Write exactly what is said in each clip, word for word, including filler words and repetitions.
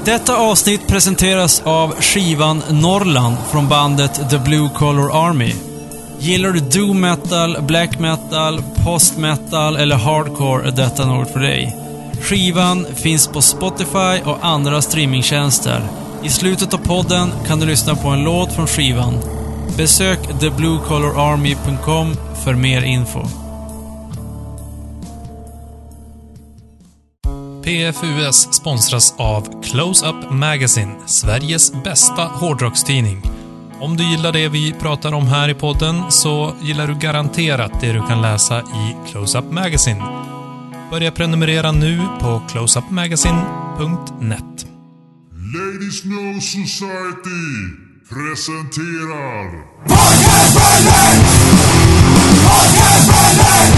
Detta avsnitt presenteras av skivan Norrland från bandet The Blue Collar Army. Gillar du doom metal, black metal, post metal eller hardcore är detta något för dig. Skivan finns på Spotify och andra streamingtjänster. I slutet av podden kan du lyssna på en låt från skivan. Besök the blue collar army dot com för mer info. P F U S sponsras av Close Up Magazine, Sveriges bästa hårdrockstidning. Om du gillar det vi pratar om här i podden så gillar du garanterat det du kan läsa i Close Up Magazine. Börja prenumerera nu på close up magazine punkt net. Ladies No Society presenterar Podcastbranden! Podcastbranden!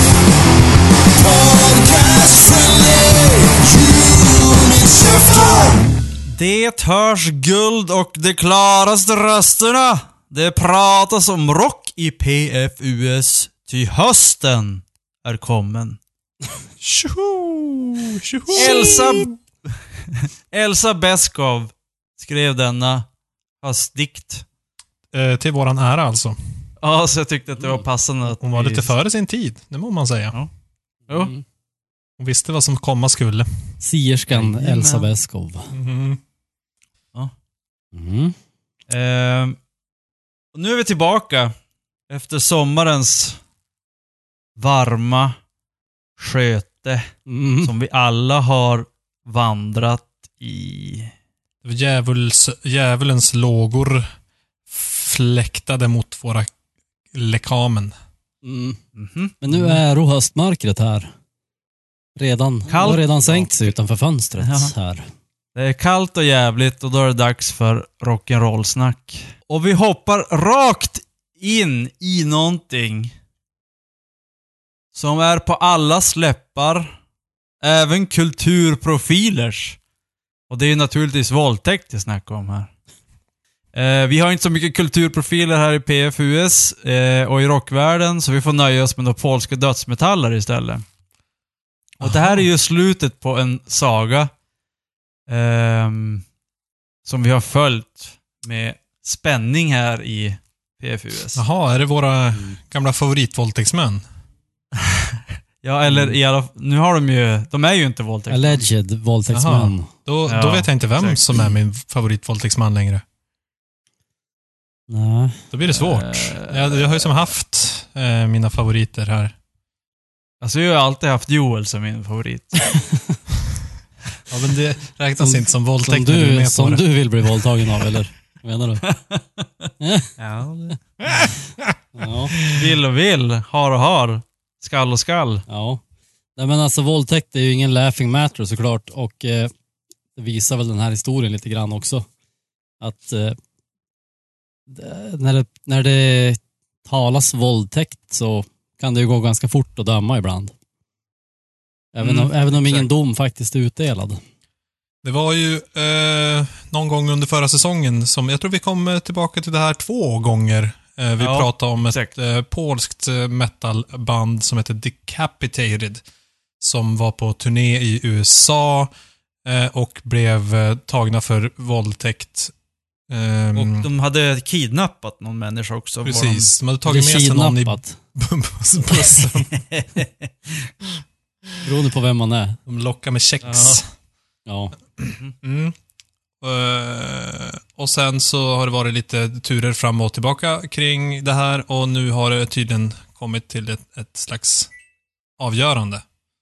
Podcastbranden! Unitshifter! Det hörs guld och de klaraste rösterna. Det pratas om rock i P F U S, ty hösten är kommen. Tjoho! Tjoho! Elsa Elsa Beskow skrev denna höstdikt. Eh, till våran ära alltså. Ja, så jag tyckte att det var passande att Hon var vi- lite före sin tid, det må man säga. Ja. Jo. Mm. Hon visste vad som komma skulle. Sierskan Jajamän. Elsa Beskow. Mm. Mm. Ehm, och nu är vi tillbaka efter sommarens varma sköte Mm. som vi alla har vandrat i. Djävuls, djävulens lågor fläktade mot våra lekamen. Mm. Mhm. Men nu är ro höstmörkret här. Redan, Kallt. det har redan sänkt sig utanför fönstret Ja. här. Det är kallt och jävligt och då är det dags för rock'n'roll-snack. Och vi hoppar rakt in i någonting som är på allas läppar, även kulturprofilers. Och det är naturligtvis våldtäkt jag snackar om här. Eh, vi har inte så mycket kulturprofiler här i P F U S eh, och i rockvärlden, så vi får nöja oss med de polska dödsmetaller istället. Och det här är ju slutet på en saga ehm, som vi har följt med spänning här i P F U S. Jaha, är det våra gamla favoritvåldtäktsmän? Ja, eller i alla nu har de ju, de är ju inte våldtäkt. Alleged våldtäktsman. Då, Ja, då vet jag inte vem exakt. som är min favoritvåldtäktsman längre. Nej. Då blir det svårt. Eh. Jag, jag har ju som haft eh, mina favoriter här. Alltså jag har alltid haft Joel som min favorit. Ja, men det räknas Som- inte som Som, våldtäkt när du är du, med på som det. du vill bli våldtagen av, eller? Vad menar du? Ja, det- Ja. vill och vill, har och har, skall och skall. Ja. Nej, men alltså våldtäkt är ju ingen laughing matter såklart, och eh, det visar väl den här historien lite grann också. Att eh, det, när, det, när det talas våldtäkt så kan det ju gå ganska fort att döma ibland. Även, Mm, om, även om ingen exakt. dom faktiskt är utdelad. Det var ju eh, någon gång under förra säsongen som, jag tror vi kom tillbaka till det här två gånger. Eh, vi Ja, pratade om exakt. ett eh, polskt eh, metalband som heter Decapitated som var på turné i U S A eh, och blev eh, tagna för våldtäkt. Ehm, Och de hade kidnappat någon människa också. var precis, de hade Det tagit är med sig någon i kidnappat. bussen. Beroende på vem man är. De lockade med kex. Ja. Ja. Mm. Eh, och sen så har det varit lite turer fram och tillbaka kring det här och nu har det tydligen kommit till ett, ett slags avgörande.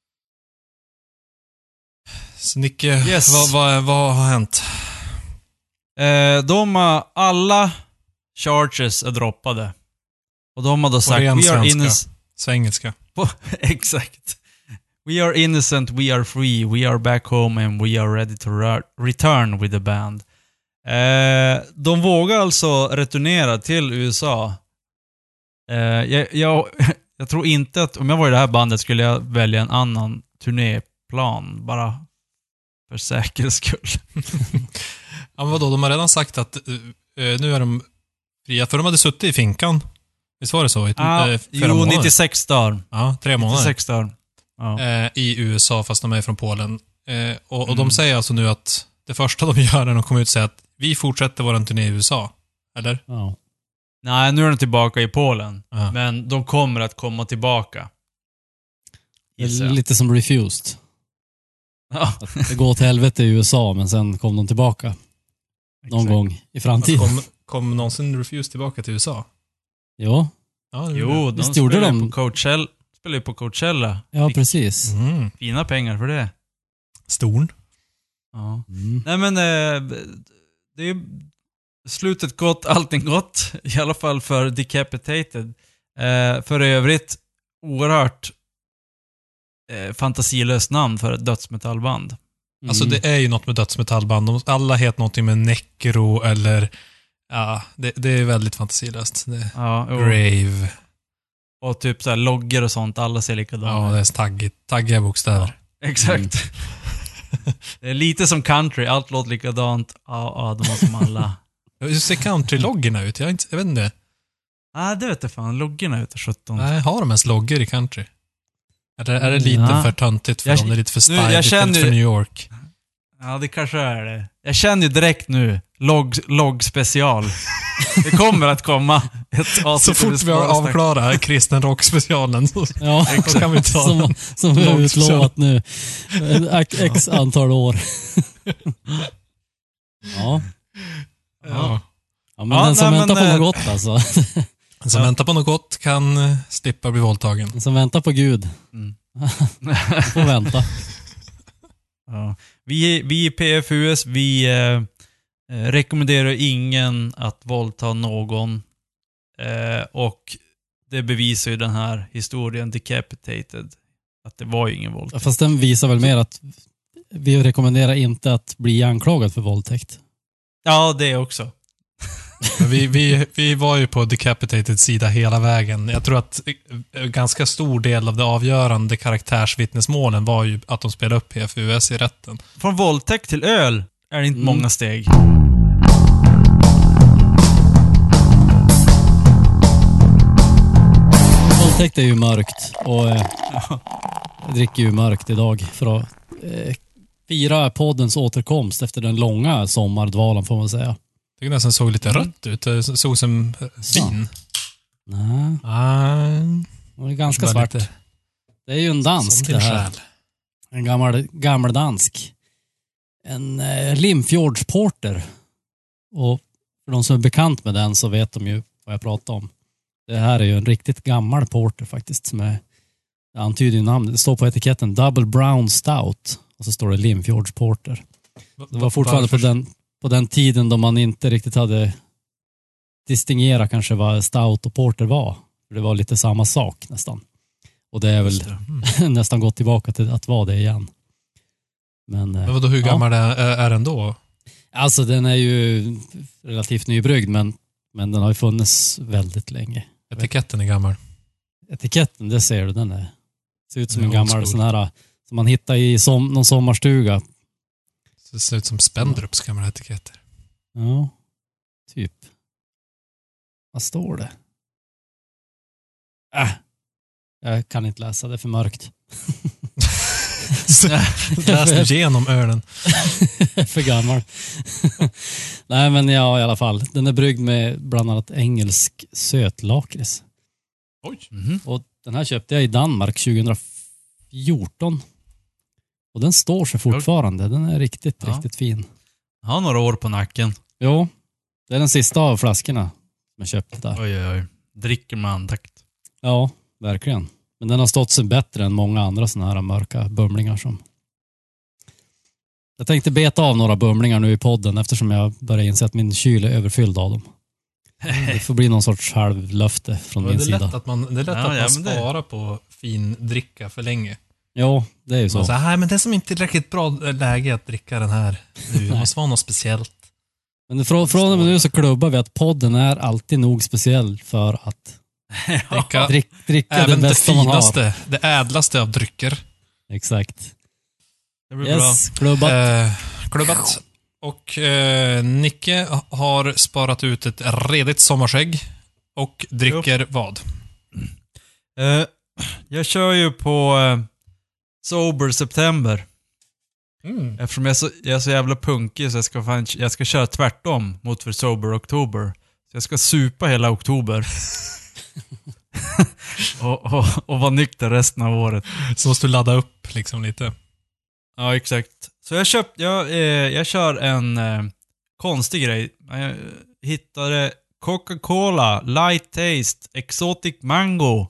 Så Nicke, Yes. vad, vad, vad har hänt? Eh, de har, alla charges är droppade. Och de har då sagt, ren we are svenska. innocent. Svengelska. På, exakt. We are innocent, we are free, we are back home and we are ready to re- return with the band. Eh, de vågar alltså returnera till U S A. Eh, jag, jag, jag tror inte att, om jag var i det här bandet skulle jag välja en annan turnéplan, bara för säkerhets skull. Ja, men vadå, de har redan sagt att uh, nu är de fria, för de hade suttit i finkan. Visst var det så? I, Ah, äh, flera jo, månader. nittiosex dagar. Ja, tre månader. nittiosex dagar. Ja. Eh, I U S A, fast de är från Polen. Eh, och och Mm. de säger alltså nu att det första de gör när de kommer ut och säger att vi fortsätter våran turné i U S A. Eller? Ja. Nej, nu är de tillbaka i Polen. Ja. Men de kommer att komma tillbaka. Det är Gissar jag. lite som Refused. Ja. Det går till helvete i U S A, men sen kom de tillbaka. Någon Exakt. gång i framtiden. Kom, kom någonsin Refused tillbaka till U S A? Jo, Ja, det Jo, de Visst gjorde spelar ju de? på Coachella. Spelar ju på Coachella. ja Fick precis. Mm. Fina pengar för det. Storn. Ja. Mm. Nej men, eh, det är slutet gott, allting gott. I alla fall för Decapitated. Eh, för övrigt, oerhört eh, fantasilöst namn för ett dödsmetallband. Alltså Mm. det är ju något med dödsmetallband. De alla heter någonting med Necro eller... Ja, det, det är väldigt fantasilöst. Det, Ja, jo. Grave. Och typ så här logger och sånt, alla ser likadana Ja, det är taggigt. Taggiga bokstäver. Exakt. Det är lite som country, allt låter likadant. Ja, ja, de har som alla. Hur ser country-loggorna ut? Jag, har inte, jag vet inte. Nej, ah, det vet jag fan. Loggerna ute sjutton. Nej, har de ens loggor i country? Eller är det lite Ja. för töntigt för Jag- dem? Det är lite för nu, jag styligt känner lite ju- för New York. Ja, det kanske är det. Jag känner ju direkt nu, logg, logg special. Det kommer att komma ett Så avsnitt fort vi har bara snack- avklarat kristen rock-specialen så Ja, då kan vi ta som, den. som vi har Långt utlovat nu. X, x antal år. Ja. Ja. Ja, men Ja, den som nej, väntar men, på eh, något gott alltså. Den som väntar på något gott kan eh, slippa bli våldtagen. Den som väntar på Gud. Mm. får vänta. Ja. Vi, vi i P F U S, vi eh, eh, rekommenderar ingen att våldta någon. Eh, och det bevisar ju den här historien, Decapitated, att det var ju ingen Ja, våldtäkt. fast den visar väl mer att vi rekommenderar inte att bli anklagad för våldtäkt. Ja, det också. Men vi, vi, vi var ju på Decapitated sida hela vägen. Jag tror att en ganska stor del av det avgörande karaktärsvittnesmålen var ju att de spelade upp P F U S i rätten. Från våldtäkt till öl är det inte Mm. många steg. Våldtäkt är ju mörkt och eh, jag dricker ju mörkt idag för att eh, fira poddens återkomst efter den långa sommardvalan får man säga. Jag tycker nästan såg lite Mm. rött ut. Det såg som eh, vin. Nej, Ah, det är ganska var svart. lite Det är ju en som dansk din det här. själ. En gammal, gammal dansk. En eh, Limfjordsporter. Och för de som är bekant med den så vet de ju vad jag pratar om. Det här är ju en riktigt gammal porter faktiskt som är, det antyder ju namnet. Det står på etiketten Double Brown Stout och så står det Limfjordsporter. Det var fortfarande på Varför? den, på den tiden då man inte riktigt hade distingerat kanske vad stout och porter var. För det var lite samma sak nästan. Och det är väl Mm. nästan gått tillbaka till att vara det igen. Men, eh, Men vadå, hur ja. gammal är, är den då? Alltså den är ju relativt nybryggd men, men den har ju funnits väldigt länge. Etiketten är gammal. Etiketten, det ser du, den är, ser ut som Den en är old gammal school. sån här som man hittar i som, någon sommarstuga. Det ser ut som Spendrups gamla etiketter. Ja, typ. Vad står det? Äh, jag kan inte läsa, det är för mörkt. Läs du igenom ölen. Jag är för gammal. Nej men ja, i alla fall. Den är bryggd med bland annat engelsk sötlakrits. Oj. Mhm. Och den här köpte jag i Danmark tjugohundrafjorton. Och den står sig fortfarande. Den är riktigt, Ja. riktigt fin. Jag har några år på nacken. Jo, det är den sista av flaskorna som jag köpte där. Oj, oj, oj. Dricker med andakt. Ja, verkligen. Men den har stått sig bättre än många andra såna här mörka bumlingar som... Jag tänkte beta av några bumlingar nu i podden eftersom jag börjar inse att min kyl är överfylld av dem. Det får bli någon sorts halvlöfte från Det min är sida. lätt att man, det är lätt Ja, att man ja, men det- sparar på fin dricka för länge. Jo, det är ju så. Man säger, nej men det är som inte tillräckligt bra läge att dricka den här nu. Det måste vara något speciellt. Men från, från och med nu så klubbar vi att podden är alltid nog speciell för att Dricka drick, dricka det även det bästa man har. finaste, det ädlaste av drycker. Exakt. Det blir Yes, klubbat. Eh, klubbat. Och eh, Nicke har sparat ut ett redigt sommarskägg och dricker vad? bra. Eh, jag kör ju på eh, Sober September. Mm. Eftersom jag är, så, jag är så jävla punkig så jag ska, fan, jag ska köra tvärtom mot för sober oktober. Så jag ska supa hela oktober. och, och, och vara nykter resten av året. Så måste du ladda upp liksom lite. Ja, exakt. Så jag köpt, jag, eh, jag kör en eh, konstig grej. Jag hittade Coca-Cola, Light Taste, Exotic Mango.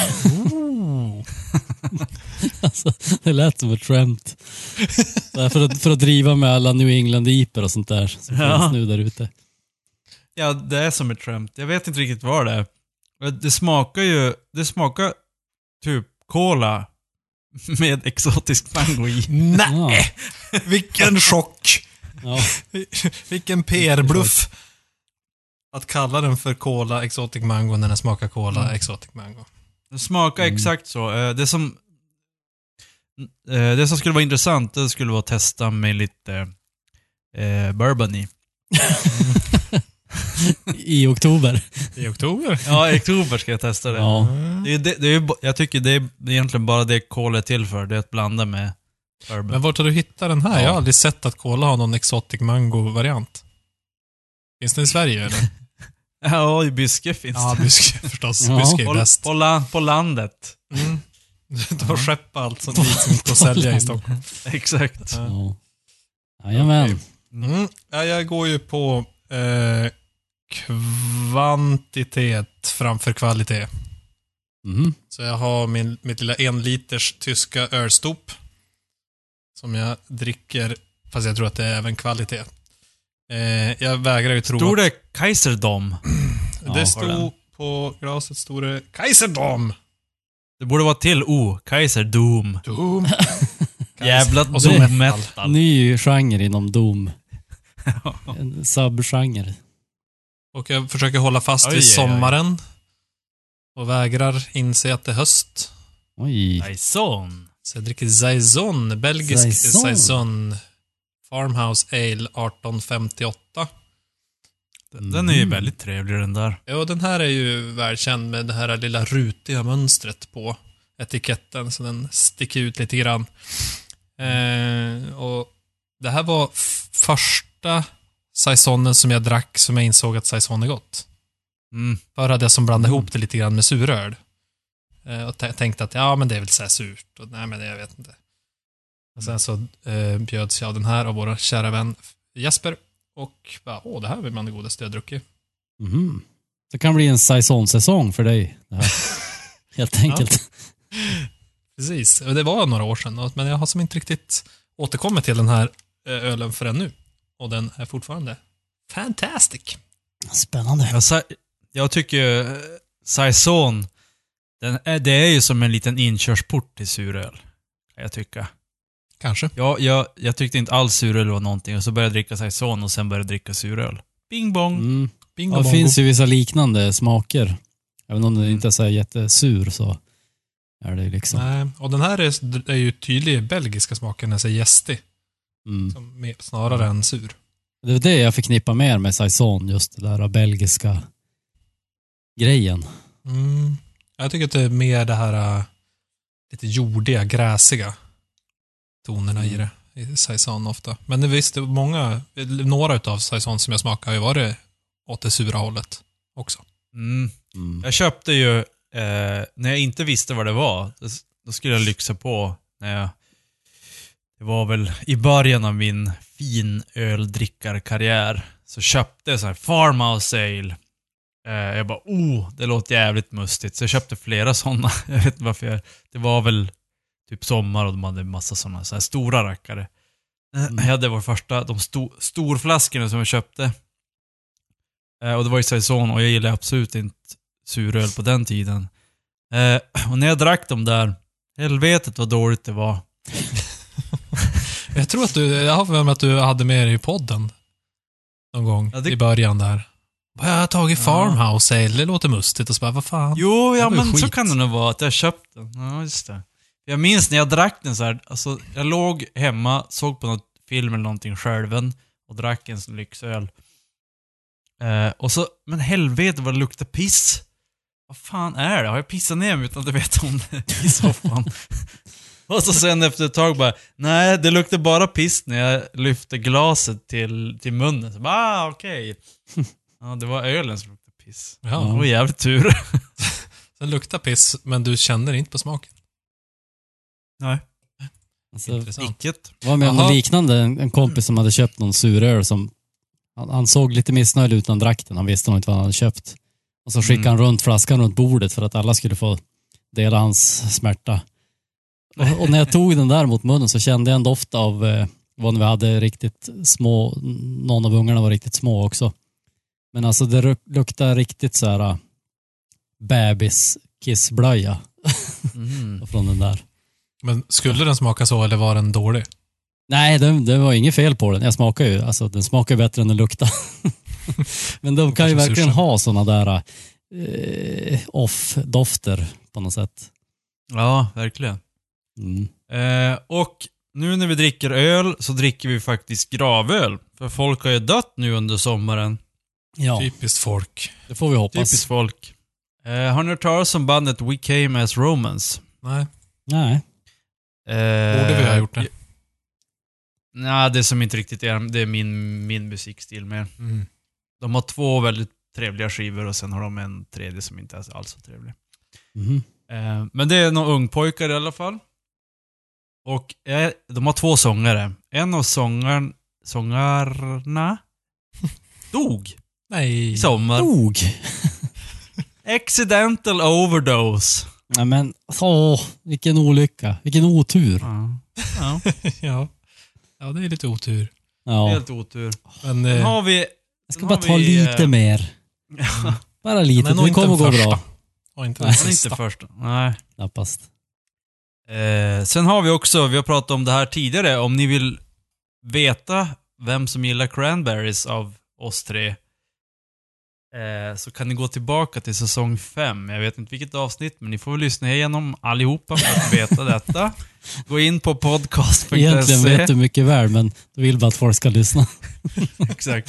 Alltså, det lät som ett skämt. Så här, för, att, för att driva med alla New England-iper och sånt där som Ja. finns nu där ute. Ja, det är som ett skämt. Jag vet inte riktigt vad det är. Det smakar ju, det smakar typ cola med exotisk mango i. Nej! Vilken chock! Ja. Vilken P R-bluff. Att kalla den för Cola Exotic Mango när den smakar Cola Mm. Exotic Mango. Det smakar Mm. exakt så. Eh, Det som eh, det som skulle vara intressant, det skulle vara att testa med lite eh, bourbon i. I oktober. I oktober. Ja, i oktober ska jag testa det. Ja. Det är, det, det är, ju ba- jag tycker det är egentligen bara det cola är till för. Det är att blanda med bourbon. Men vart har du hittat den här? Ja. Jag har aldrig sett att Cola har någon Exotic Mango-variant. Finns den i Sverige eller? Ja, i Byske finns Ja, det. Byske förstås. Ja. Byske är På, bäst. på, la, på landet. Mm. Du har skeppat allt som dit som inte går att sälja i Stockholm. Exakt. Ja. Jajamän. Mm. Ja, jag går ju på eh, kvantitet framför kvalitet. Mm. Så jag har min, mitt lilla en liters tyska ölstop. Som jag dricker, fast jag tror att det är även kvalitet. Eh, jag vägrar ju tro Stod att... det Kaiserdom? Det Ja, har stod den. på glaset, stod det Kaiserdom. Det borde vara till O. Kaiserdom. Dom. Jävla Och så doom metal. metal. Ny genre inom Doom. En subgenre. Och jag försöker hålla fast Oj, vid oj, oj. sommaren. Och vägrar inse att det är höst. Oj. Saison. Så jag dricker Saison, belgisk Saison. Saison. Farmhouse Ale arton femtioåtta. Den den är ju Mm. väldigt trevlig den där. Ja, den här är ju välkänd med det här lilla rutiga mönstret på etiketten, så den sticker ut lite grann. Eh, och det här var f- första Saisonen som jag drack som jag insåg att Saison är gott. Mm. Förr hade jag som blandat ihop det lite grann med suröl. Eh, och t- tänkte att ja, men det är väl så här surt. Och, nej, men det, jag vet inte. Och sen så eh, bjöds jag av den här av våra kära vän Jesper. Och bara, åh, det här är bland det godaste jag druckit. Mhm. Det kan bli en saison-säsong för dig. Det här. Helt enkelt. Precis, och det var några år sedan, men jag har som inte riktigt återkommit till den här eh, ölen förrän nu. Och den är fortfarande fantastic. Spännande. Jag, sa- jag tycker ju, eh, Saison, den är, det är ju som en liten inkörsport till suröl. Kan jag tycka. Kanske. Jag, jag, jag tyckte inte alls suröl var någonting och så började jag dricka Saison och sen började jag dricka suröl. Bing bong. Mm. Bingo Ja, det bongo. finns ju vissa liknande smaker. Även om det inte är så här jättesur så är det ju liksom. Nej, och den här är, är ju tydlig belgiska smaken, den är gästig. Mm. Som mer, snarare än sur. Det är det jag förknippar mer med saison, just det där belgiska grejen. Mm. Jag tycker att det är mer det här äh, lite jordiga, gräsiga tonerna i det. I Saison ofta. Men det visst, det var många, några utav Saison som jag smakar har ju varit åt det sura hållet också. Mm. Mm. Jag köpte ju, eh, när jag inte visste vad det var, då, då skulle jag lyxa på när jag, det var väl i början av min finöldrickarkarriär, så köpte jag så här Farmhouse Ale. Eh, jag bara, oh, det låter jävligt mustigt. Så jag köpte flera sådana. Jag vet inte varför jag, det var väl typ sommar och de hade en massa sådana så här stora rackare. Mm. Jag hade vår första, de sto, storflaskorna som jag köpte. Eh, och det var ju Saison och jag gillade absolut inte suröl på den tiden. Eh, och när jag drack dem där, helvetet vad dåligt det var. Jag tror att du, jag har för mig att du hade med dig i podden någon gång Ja, det- i början där. Bara, jag har tagit Ja. Farmhouse Ale, det låter mustigt. Och så bara, vad fan? Jo, ja Det var ju men så skit. kan det nog vara att jag köpte den. Ja, just det. Jag minns när jag drack den så här, alltså jag låg hemma, såg på något film eller någonting själven och drack en sån lyxöl. Eh, och så, men helvete vad det luktar piss. Vad fan är det? Har jag pissat ner mig utan att jag vet om det i soffan? Och så sen efter ett tag bara, nej, det luktar bara piss när jag lyfte glaset till, till munnen. Så bara, ah, okej. Okay. Ja, det var ölen som luktade piss. Ja. Det var jävligt tur. Den luktar piss, men du känner inte på smaken. Nej. Alltså, Intressant. Vilket? jag var med om Jaha. något liknande. En, en kompis som hade köpt någon suröl som han, han såg lite missnöjd ut när han drack den. Han visste nog inte vad han hade köpt. Och så skickade Mm. han runt flaskan runt bordet för att alla skulle få dela hans smärta. Och, och när jag tog den där mot munnen så kände jag en doft av eh, vad vi hade riktigt små, någon av ungarna var riktigt små också. Men alltså det luk- luktar riktigt så här uh, bebis-kissblöja Mm. från den där. Men skulle den smaka så eller var den dålig? Nej, det, det var inget fel på den. Jag smakar ju, alltså den smakar bättre än den luktar. Men de kan ju Kanske verkligen sushi. ha såna där eh, off-dofter på något sätt. Ja, verkligen. Mm. Eh, och nu när vi dricker öl så dricker vi faktiskt gravöl. För folk har ju dött nu under sommaren. Ja, Typiskt folk. det får vi hoppas. Typiskt folk. Eh, har ni hört talas om bandet We Came As Romans? Nej, Nej. Eh, borde vi ha gjort det. Nej, det som inte riktigt är, det är min, min musikstil mer. Mm. De har två väldigt trevliga skivor och sen har de en tredje som inte är alls så trevlig. Mhm. Eh, men det är några ungpojkar i alla fall. Och eh, de har två sångare. En av sångaren, sångarna dog Nej. i sommar. Dog. Accidental overdose. Nej men, åh, vilken olycka. Vilken otur. Ja. Ja. ja. ja, det är lite otur. Ja. Helt otur. Men Sen eh, har vi... Jag ska sen bara har ta vi, lite eh, mer. Bara lite, han är nog det inte kommer den gå första. bra. Och inte Nej. den Han är inte sista. först. Nej. Knappast. Eh, sen har vi också, vi har pratat om det här tidigare, om ni vill veta vem som gillar Cranberries av oss tre, eh, så kan ni gå tillbaka till säsong fem. Jag vet inte vilket avsnitt, men ni får väl lyssna igenom allihopa för att veta detta. Gå in på podcast punkt Egentligen se. vet du mycket väl, men du vill bara att folk ska lyssna. Exakt.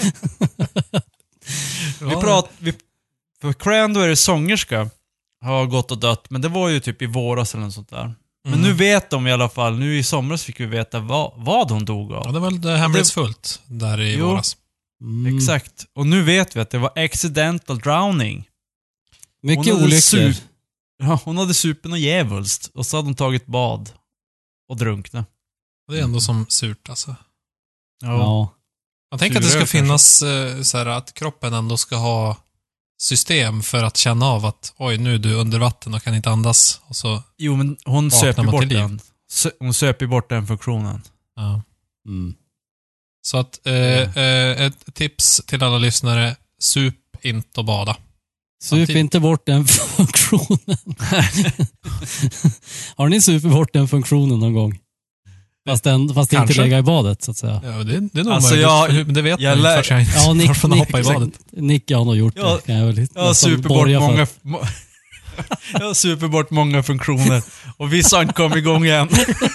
Vi prat, vi, för Cranberries sångerska har gått och dött, men det var ju typ i våras eller något sånt där. Men Mm. nu vet de i alla fall, nu i somras fick vi veta vad, vad hon dog av. Ja, det var väl det hemlighetsfullt där i Jo. våras. Mm. Exakt. Och nu vet vi att det var accidental drowning. Mycket Hon hade olyckor. sup- Ja, hon hade supit och djävulskt. Och så hade hon tagit bad. Och drunknat. Det är ändå som surt alltså. Ja. Jag tänker att det ska Suröl finnas eh, så här, att kroppen ändå ska ha system för att känna av att oj, nu är du under vatten och kan inte andas. Och så, Jo, men hon Vaknar söp ju man bort till liv. den. Sö- Hon söp ju bort den funktionen. ja. Mm. Så att eh, eh, ett tips till alla lyssnare, sup inte och bada. Sup Samtidigt. inte bort den funktionen. Har ni supit bort den funktionen någon gång? Fast, den, fast det inte Kanske. lägga i badet, så att säga. Ja, det, det är nog Alltså, möjligt, jag- för- men det vet jag man lär- inte förrän jag inte Ja, Nick, har fått Nick, hoppa i badet. Nick har nog gjort Ja, det. Kan jag väl Jag har nästan super bort borga för. många... må- Jag har super bort många funktioner. Och vissa har inte kommit igång igen.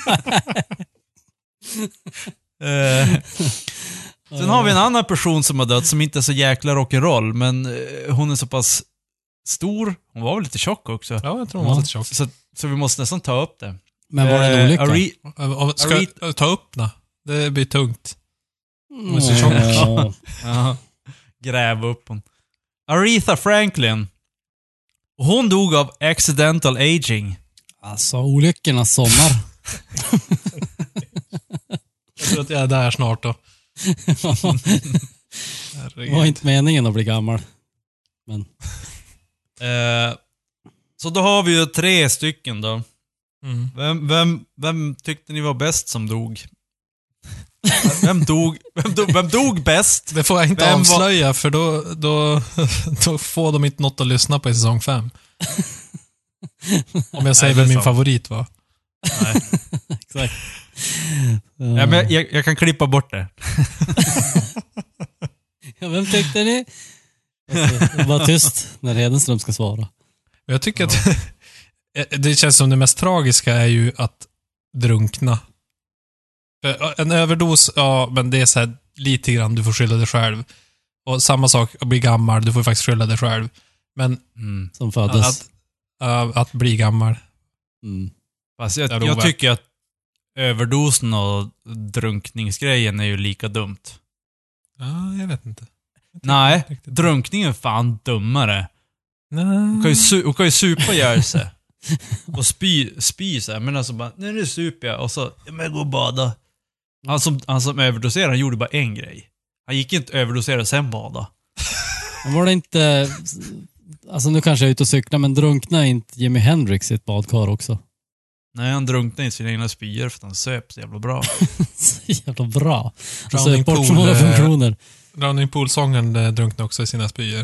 eh, sen har vi en annan person som har dött som inte är så jäkla rock'n'roll, men eh, hon är så pass stor. Hon var väl lite tjock också. Ja, jag tror hon Ja. var lite tjock. Så, så vi måste nästan ta upp det. Men var det en Eh, olycka? Ari- Och Ska Aret- jag ta upp den? Det blir tungt. Hon är så tjock. Ja. Ja, gräva upp hon. Aretha Franklin. Och hon dog av accidental aging. Alltså, olyckornas sommar. Jag tror att jag är där snart då. Det var Herregud. inte meningen att bli gammal. Eh, så då har vi ju tre stycken då. Mm. Vem, vem, vem tyckte ni var bäst som dog? Vem dog, vem dog, vem dog bäst? Det får jag inte Vem var- avslöja, för då, då, då får de inte något att lyssna på i säsong fem. Om jag säger det är vem min sant. favorit var. Nej. Exakt. Ja, men jag, jag, jag kan klippa bort det. Ja, vem tyckte ni? Alltså, var tyst när Hedenström ska svara. Men jag tycker att det känns som det mest tragiska är ju att drunkna. För en överdos, ja, men det är så här lite grann, du får skylla dig själv. Och samma sak, att bli gammal, du får faktiskt skylla dig själv. Men Mm. Som föddes. att, äh, att bli gammal. Mm. Fast jag, Det är jag ovärt. tycker att överdosen och drunkningsgrejen är ju lika dumt. Ja, jag vet inte. Jag Nej, riktigt. drunkningen är fan dummare. Nej. Hon kan ju, su- hon kan ju supa ihjäl sig. Och spy, spy så här. Men alltså bara, nej nu super jag. Och så, ja, men gå och bada. Han som, han som överdoserade, han gjorde bara en grej. Han gick inte överdosera och sen bada. Men var det inte... Alltså nu kanske jag är ute och cyklar, men drunkna inte Jimi Hendrix i ett badkar också? Nej, han drunknade i sina egna spyor för att han söp så jävla bra. Så jävla bra. Han Drowning söp bort så Pool, många eh, funktioner. Drowning Pool-sången eh, drunknade också i sina spyor.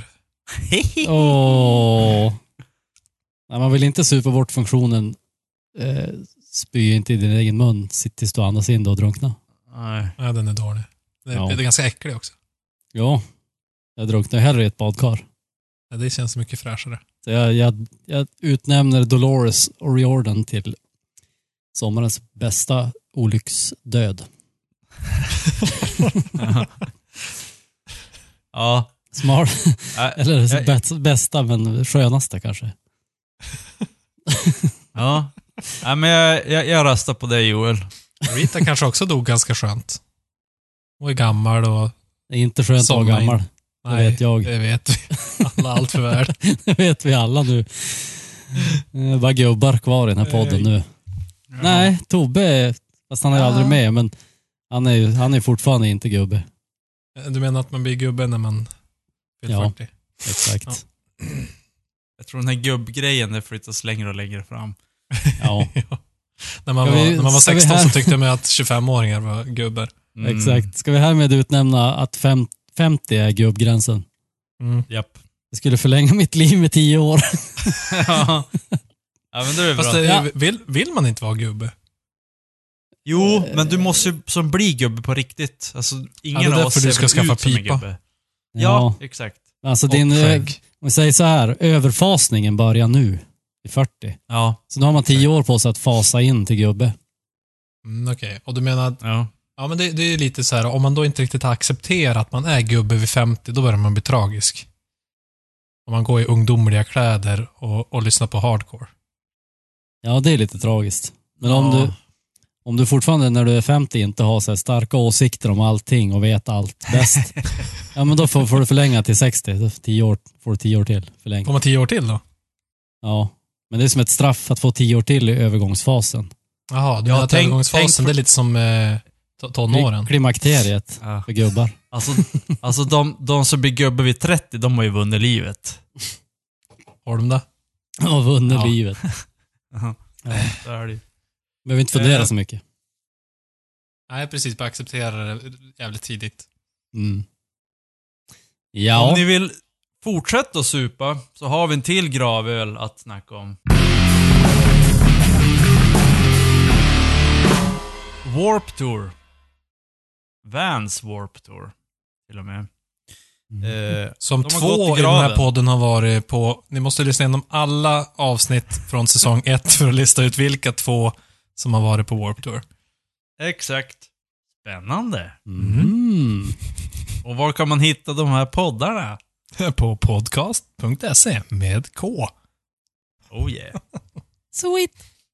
Åh. Nej, man vill inte supa bort funktionen. Eh, spy inte i din egen mun. Sitt tills du andas in då och drunkna. Nej. Ja, den är dålig. Det är, Ja. det är ganska äcklig också. Ja. Jag drunknar hellre i ett badkar. Ja, det känns mycket fräschare. Så jag, jag, jag utnämner Dolores O'Riordan till sommarens bästa olycksdöd. Ja. Smart. Äh, Eller jag- bäst- bästa, men skönaste kanske. Ja. Nej, men jag, jag, jag röstar på dig, Joel. Rita kanske också dog ganska skönt. Hon är gammal och... Det är inte skönt att vara Somna in. gammal. Det vet jag. Det vet vi. Alla allt för väl. Det vet vi alla nu. Det är bara gubbar kvar i den här podden nu. Nej, Tobbe, fast han är ju Ja. aldrig med, men han är ju han är fortfarande inte gubbe. Du menar att man blir gubbe när man fyller Ja. fyrtio? Exakt. Jag tror den här gubbgrejen det flyttas längre och längre fram. Ja, Ja. När man, Ska var, vi- när man var ska vi sexton här- så tyckte man att tjugofem-åringar var gubbar. Mm. exakt. Ska vi härmed utnämna att fem, femtio är gubbgränsen? Mm. Japp. Det skulle förlänga mitt liv med tio år. Ja. Ja, men det är bra. Fast det, Ja. vill, vill man inte vara gubbe? Jo, men du måste ju som bli gubbe på riktigt. Alltså, ingen Ja, det är av därför oss du ser ska väl skaffa ut som en pipa. gubbe. Ja, exakt. Alltså Och din, eh, skägg. om vi säger så här, överfasningen börjar nu i fyrtio. Ja. Så nu har man tio år på sig att fasa in till gubbe. Mm, Okej, och du menar att Ja. ja, men det, det är lite så här, om man då inte riktigt har accepterat att man är gubbe vid femtio, då börjar man bli tragisk. Om man går i ungdomliga kläder och, och lyssnar på hardcore. Ja, det är lite tragiskt. Men om, Ja. du, om du fortfarande när du är femtio inte har så här starka åsikter om allting och vet allt bäst, ja men då får, får du förlänga till sextio. Då får tio år, får du tio år till förläng. Får man tio år till då? Ja, men det är som ett straff att få tio år till i övergångsfasen. Jaha, du Ja, menar att tänk- övergångsfasen, tänk på- det är lite som eh, to- tonåren? Klimakteriet Ja. för gubbar. Alltså, alltså de, de som blir gubbe vid trettio, de har ju vunnit livet. Har de det? Och vunnit Ja. livet. Ja. Ja. Så är det ju. Behöver inte fundera Eh. så mycket. Nej, precis. Bara acceptera det jävligt tidigt. Mm. Ja, Om ni vill fortsätta att supa så har vi en till gravöl att snacka om. Warp Tour. Vans Warp Tour. Till och med. Eh, Som De har gått två i i den här graven. podden har varit på... Ni måste lyssna igenom alla avsnitt från säsong ett för att lista ut vilka två som har varit på Warp Tour. exakt. Spännande. mm. Och var kan man hitta de här poddarna? På podcast punkt se med K. Oh yeah. Sweet.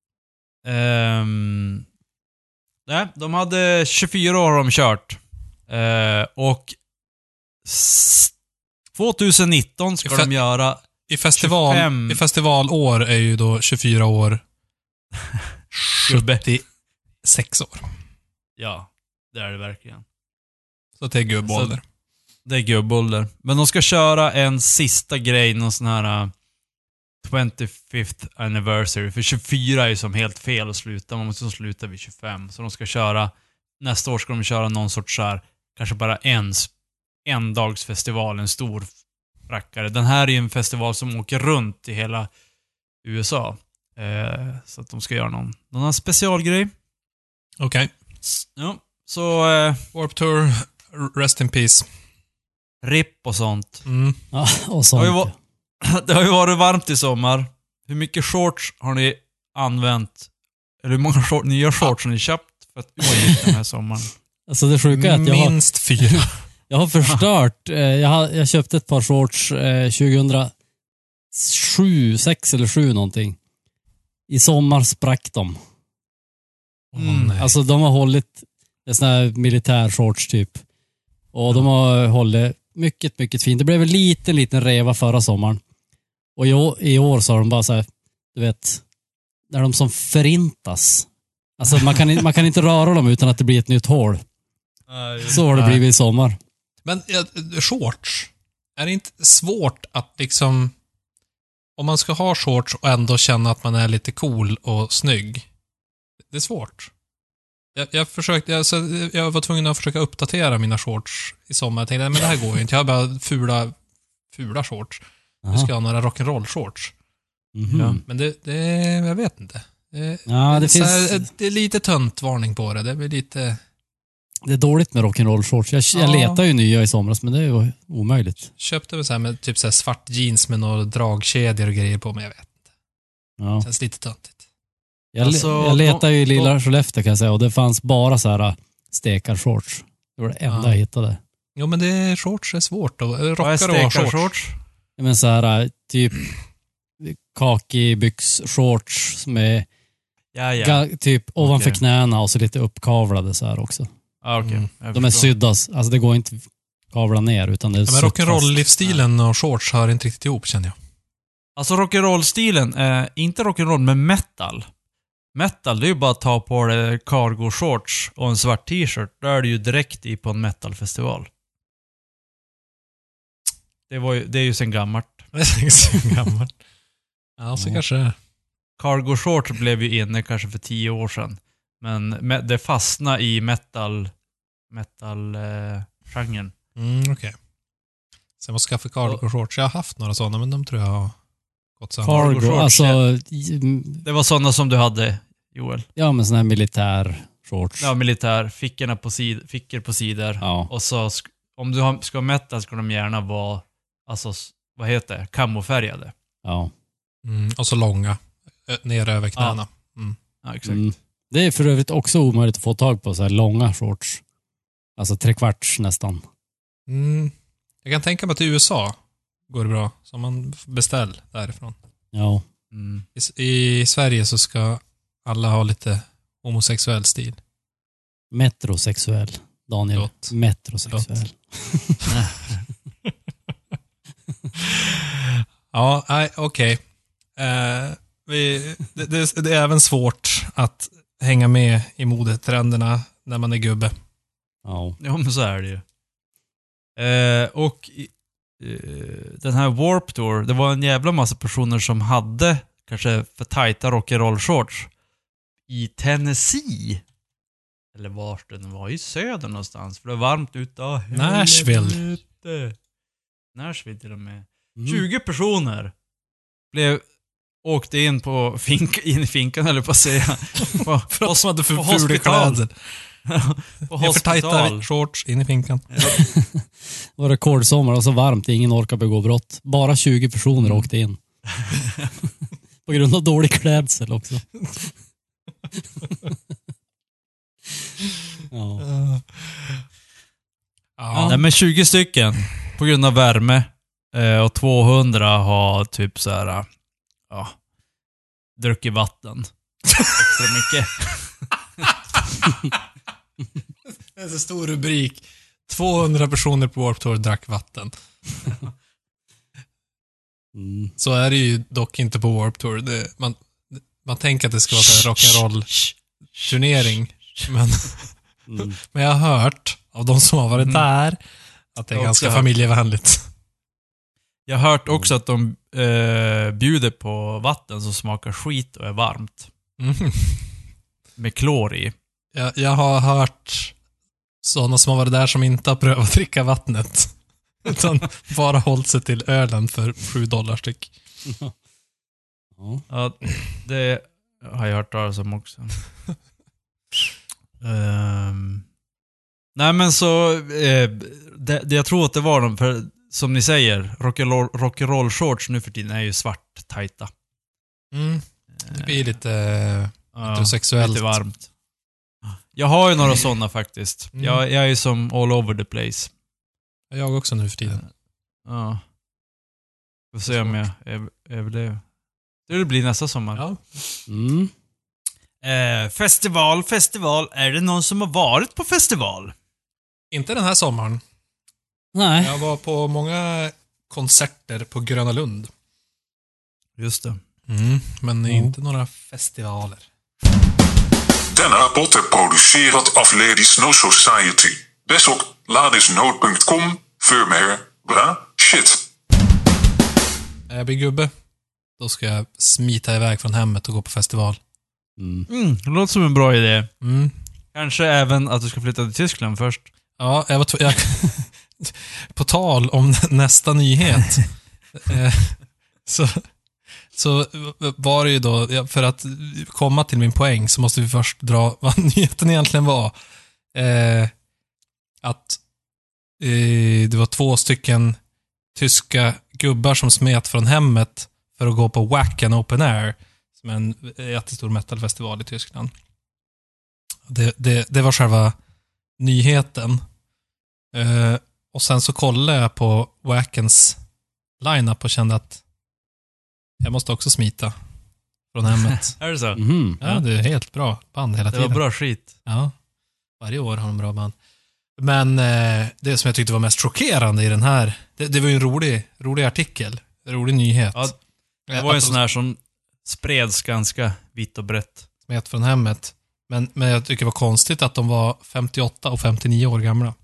Ehm, nej, de hade tjugofyra år har de kört. Eh, och s- tjugonitton ska I fe- de göra... I, festival, tjugofem. I festivalår är ju då tjugofyra år Gubbe. sjuttiosex år. Ja, det är det verkligen. Så det är gubbålder. Det är gubbålder. Men de ska köra en sista grej, någon sån här uh, tjugofemte anniversary. För tjugofyra är ju som helt fel att sluta. Man måste sluta vid tjugofem. Så de ska köra, nästa år ska de köra någon sorts så här, kanske bara en, s- en dags festival, en stor rackare. Den här är ju en festival som åker runt i hela U S A. Eh, så att de ska göra någon, någon specialgrej. Okej. S- Ja, så eh, Warp Tour, rest in peace. ripp och sånt. Mm. Ja, och Det sånt. har, ju va- det har ju varit varmt i sommar. Hur mycket shorts har ni använt? Eller hur många short, nya shorts har ni köpt för att utnyttja den här sommaren? Alltså det sjuka är att jag har, Minst fyra. jag har förstört. eh, Jag, har, jag köpte ett par shorts eh, tjugohundrasju, sex eller sju någonting. I sommar sprack de. Mm. Nej. Alltså de har hållit en sån här militärshorts typ. Och de har hållit mycket, mycket fint. Det blev en liten, liten reva förra sommaren. Och i år, i år så har de bara så här, du vet, där de som förintas. Alltså man kan, man kan inte röra dem utan att det blir ett nytt hål. Så har det blivit i sommar. Men ja, shorts, är det inte svårt att liksom, om man ska ha shorts och ändå känna att man är lite cool och snygg? Det är svårt. Jag, jag försökte, jag, så jag var tvungen att försöka uppdatera mina shorts i sommar. Jag tänkte, men det här går ju inte. Jag har bara fula, fula shorts. Nu ska jag ha några rock'n'roll shorts. Mhm. Ja, men det, det, jag vet inte. Det, Ja, det det, finns... här, det är lite tönt varning på det. Det blir lite... Det är dåligt med rock'n'roll shorts. Jag, jag Ja. letar ju nya i somras, men det är ju omöjligt. Köpte mig så här med typ så här svart jeans med några dragkedjor och grejer på, men jag vet inte. Ja. Känns lite töntigt. Jag, Alltså, jag letar ju i de- lilla Skellefteå kan jag säga, och det fanns bara så här stekarshorts. Det var det enda Ja. jag hittade. Jo, men det är shorts är svårt. Och, Vad är rockar och ha shorts. stekarshorts? Men så här typ kakibyx-shorts som är Ja, ja. ga, typ ovanför Okej. knäna och så lite uppkavlade så här också. Ah, okej. Mm. Jag De är förstår. syddas, alltså det går inte kavla ner utan det är Ja, men sytt fast. rock'n'roll-livsstilen och shorts hör inte riktigt ihop, känner jag. Alltså rock'n'roll-stilen, eh, inte rock'n'roll men metal. Metal, det är ju bara att ta på dig cargo shorts och en svart t-shirt. Då är du ju direkt i på en metalfestival. Det, var ju, det är ju sen gammalt. Det är så gammalt. Ja, så Ja. kanske det är. Cargo shorts blev ju inne kanske för tio år sedan. Men me- det fastnade i metal metal eh, genren. Mm, okej. Sen måste jag skaffa cargo shorts. Jag har haft några sådana, men de tror jag har gått sönder. Cargo Cargo, shorts, alltså Det var sådana som du hade, Joel. ja men sån här militär shorts. Ja, militär. Fickorna på sid- fickor på sidor. Ja. Och så sk- om du har, ska ha metal ska de gärna vara, alltså, s- vad heter det? Kamofärgade. Ja. Mm, och så långa. Ö, ner över knäna. Mm. Ja, exakt. Mm. Det är för övrigt också omöjligt att få tag på så här långa shorts. Alltså trekvarts nästan. Mm. Jag kan tänka mig att i U S A går det bra. Så man beställ därifrån. Ja. Mm. I, I Sverige så ska alla ha lite homosexuell stil. Metrosexuell. Daniel. Gott. Metrosexuell. Ja, nej, okej. Eh, vi- det, det, det är även svårt att hänga med i modetrenderna när man är gubbe. Ja. Ja, men så är det ju. Eh, och i- eh, den här Warp Tour, det var en jävla massa personer som hade kanske för tajta rock'n'roll shorts i Tennessee. Eller vart den var, i söder någonstans. För det var varmt ute. Oh, Nashville. Nashville till och med. Mm. tjugo personer blev, åkte in på fink, in i finkan eller på att säga. På, För att de hade för på fula hospital. kläder. på Jag är för tajta hospital. shorts in i finkan. Det var rekordsommar och så varmt. Ingen orkar begå brott. Bara tjugo personer Mm. åkte in. På grund av dålig klädsel också. Ja. Ja. Nej men tjugo stycken på grund av värme. Eh, och tvåhundra har typ så här, ja, druckit vatten. Extra mycket. Det är en så stor rubrik. tvåhundra personer på Warped Tour drack vatten. Mm. Så är det ju dock inte på Warped Tour. Det, man, man tänker att det ska vara så här rock'n'roll-turnering. Men, Mm. men jag har hört av de som har varit Mm. där att det är Jag har ganska också hört. familjevänligt. Jag har hört också att de eh, bjuder på vatten som smakar skit och är varmt. Mm. Med klor i. Jag, jag har hört sådana som har varit där som inte har prövat att dricka vattnet. Utan bara hållit sig till ölen för sju dollar styck. Ja. Ja, det har jag hört talas om också. Ehm, nej men så, eh, det, det jag tror att det var de, för som ni säger, rock'n'roll rock'n'roll shorts nu för tiden är ju svart, tajta. Mm. Det blir lite Ja, heterosexuellt. lite varmt. Jag har ju några sådana faktiskt. Mm. Jag, jag är ju som all over the place. Jag också nu för tiden. Ja. Får se om jag över- överlever. Det blir nästa sommar. Ja. Mm. Eh, festival, festival. Är det någon som har varit på festival? Inte den här sommaren. Nej. Jag var på många konserter på Gröna Lund. Just det. Mm, men inte några festivaler. Denna rapport är producerad av Ladies No Society. Besök ladisnode punkt com för mer bra shit. När jag blir gubbe, då ska jag smita iväg från hemmet och gå på festival. Mm. Mm, det låter som en bra idé. Mm. Kanske även att du ska flytta till Tyskland först. Ja, jag var tv- jag, på tal om nästa nyhet. eh, så, så var det ju då, för att komma till min poäng så måste vi först dra vad nyheten egentligen var. Eh, att eh, det var två stycken tyska gubbar som smet från hemmet för att gå på Wacken Open Air, som är en jättestor metalfestival i Tyskland. Det, det, det var själva nyheten. Uh, och sen så kollade jag på Wackens line-up och kände att jag måste också smita från hemmet. Är det så? Mhm. Ja, det är helt bra band hela Det tiden. var bra skit. Ja, varje år har de bra band. Men eh, det som jag tyckte var mest chockerande i den här, det, det var ju en rolig, rolig artikel, en rolig nyhet. Ja, det var ju en sån här som spreds ganska vitt och brett. Smet från hemmet. Men, men jag tycker det var konstigt att de var femtioåtta och femtionio år gamla.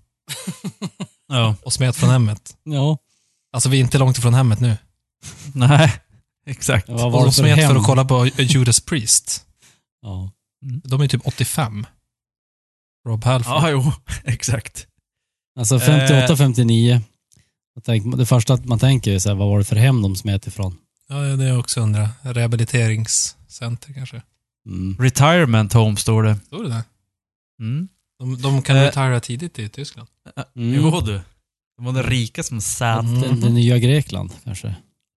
Ja. Och smet från hemmet. Ja. Alltså vi är inte långt ifrån hemmet nu. Nej, exakt. Vad Och var de det för smet hem? för att kolla på Judas Priest. Ja. De är typ åttiofem. Rob Halford. Ja, jo, exakt. Alltså femtioåtta femtionio. Jag tänk, det första att man tänker är så här, vad var det för hem de smet ifrån? Ja, det är också undra. Rehabiliteringscenter kanske. Mm. Retirement home står det. Står det där? Mm. De, de kan Eh. retira tidigt i Tyskland. Mm. Jo du. De var den rika som satan. Det, det nya Grekland kanske.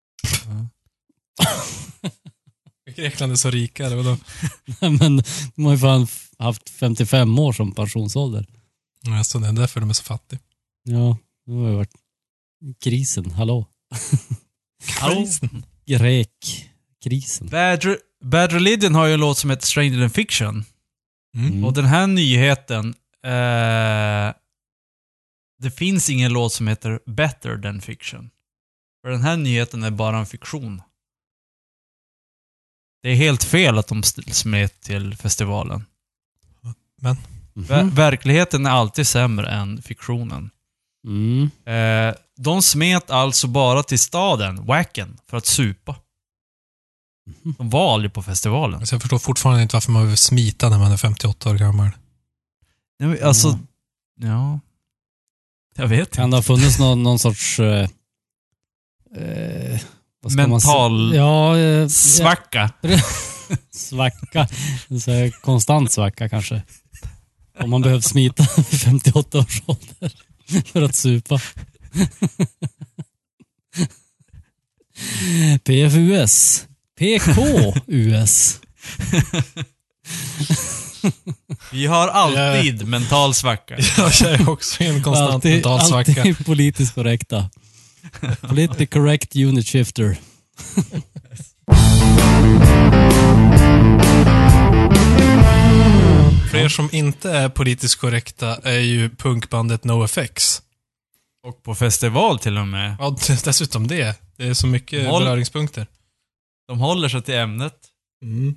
Grekland är så rika, eller vadå? Men de har ju fan haft femtiofem år som pensionsålder. Ja, så det är därför de är så fattiga. Ja, det har ju varit krisen. Hallå? Krisen. Grek-krisen. Bad, Re- Bad Religion har ju en låt som heter Stranger Than Fiction. Mm. Och den här nyheten, eh, det finns ingen låt som heter Better Than Fiction. För den här nyheten är bara en fiktion. Det är helt fel att de st- smet till festivalen. Men? Ver- verkligheten är alltid sämre än fiktionen. Mm. Eh, de smet alltså bara till staden, Wacken, för att supa. De var aldrig på festivalen. Alltså jag förstår fortfarande inte varför man vill smita när man är femtioåtta år gammal. Ja, men Alltså, ja. Jag vet Kan inte. det ha funnits någon, någon sorts... Eh, eh, vad ska man Mental säga? Ja, eh, svacka. svacka. En så här konstant svacka kanske. Om man behöver smita vid femtioåtta års ålder för att supa. P F U S. P K U S. Vi har alltid mental svacka. Jag är också i en konstant Alltid, mental svacka. alltid politiskt korrekta. Politically correct unit shifter. Fler som inte är politiskt korrekta är ju punkbandet NoFX. Och på festival till och med. Ja, dessutom det. Det är så mycket Håll- beröringspunkter. De håller sig till ämnet. Mm.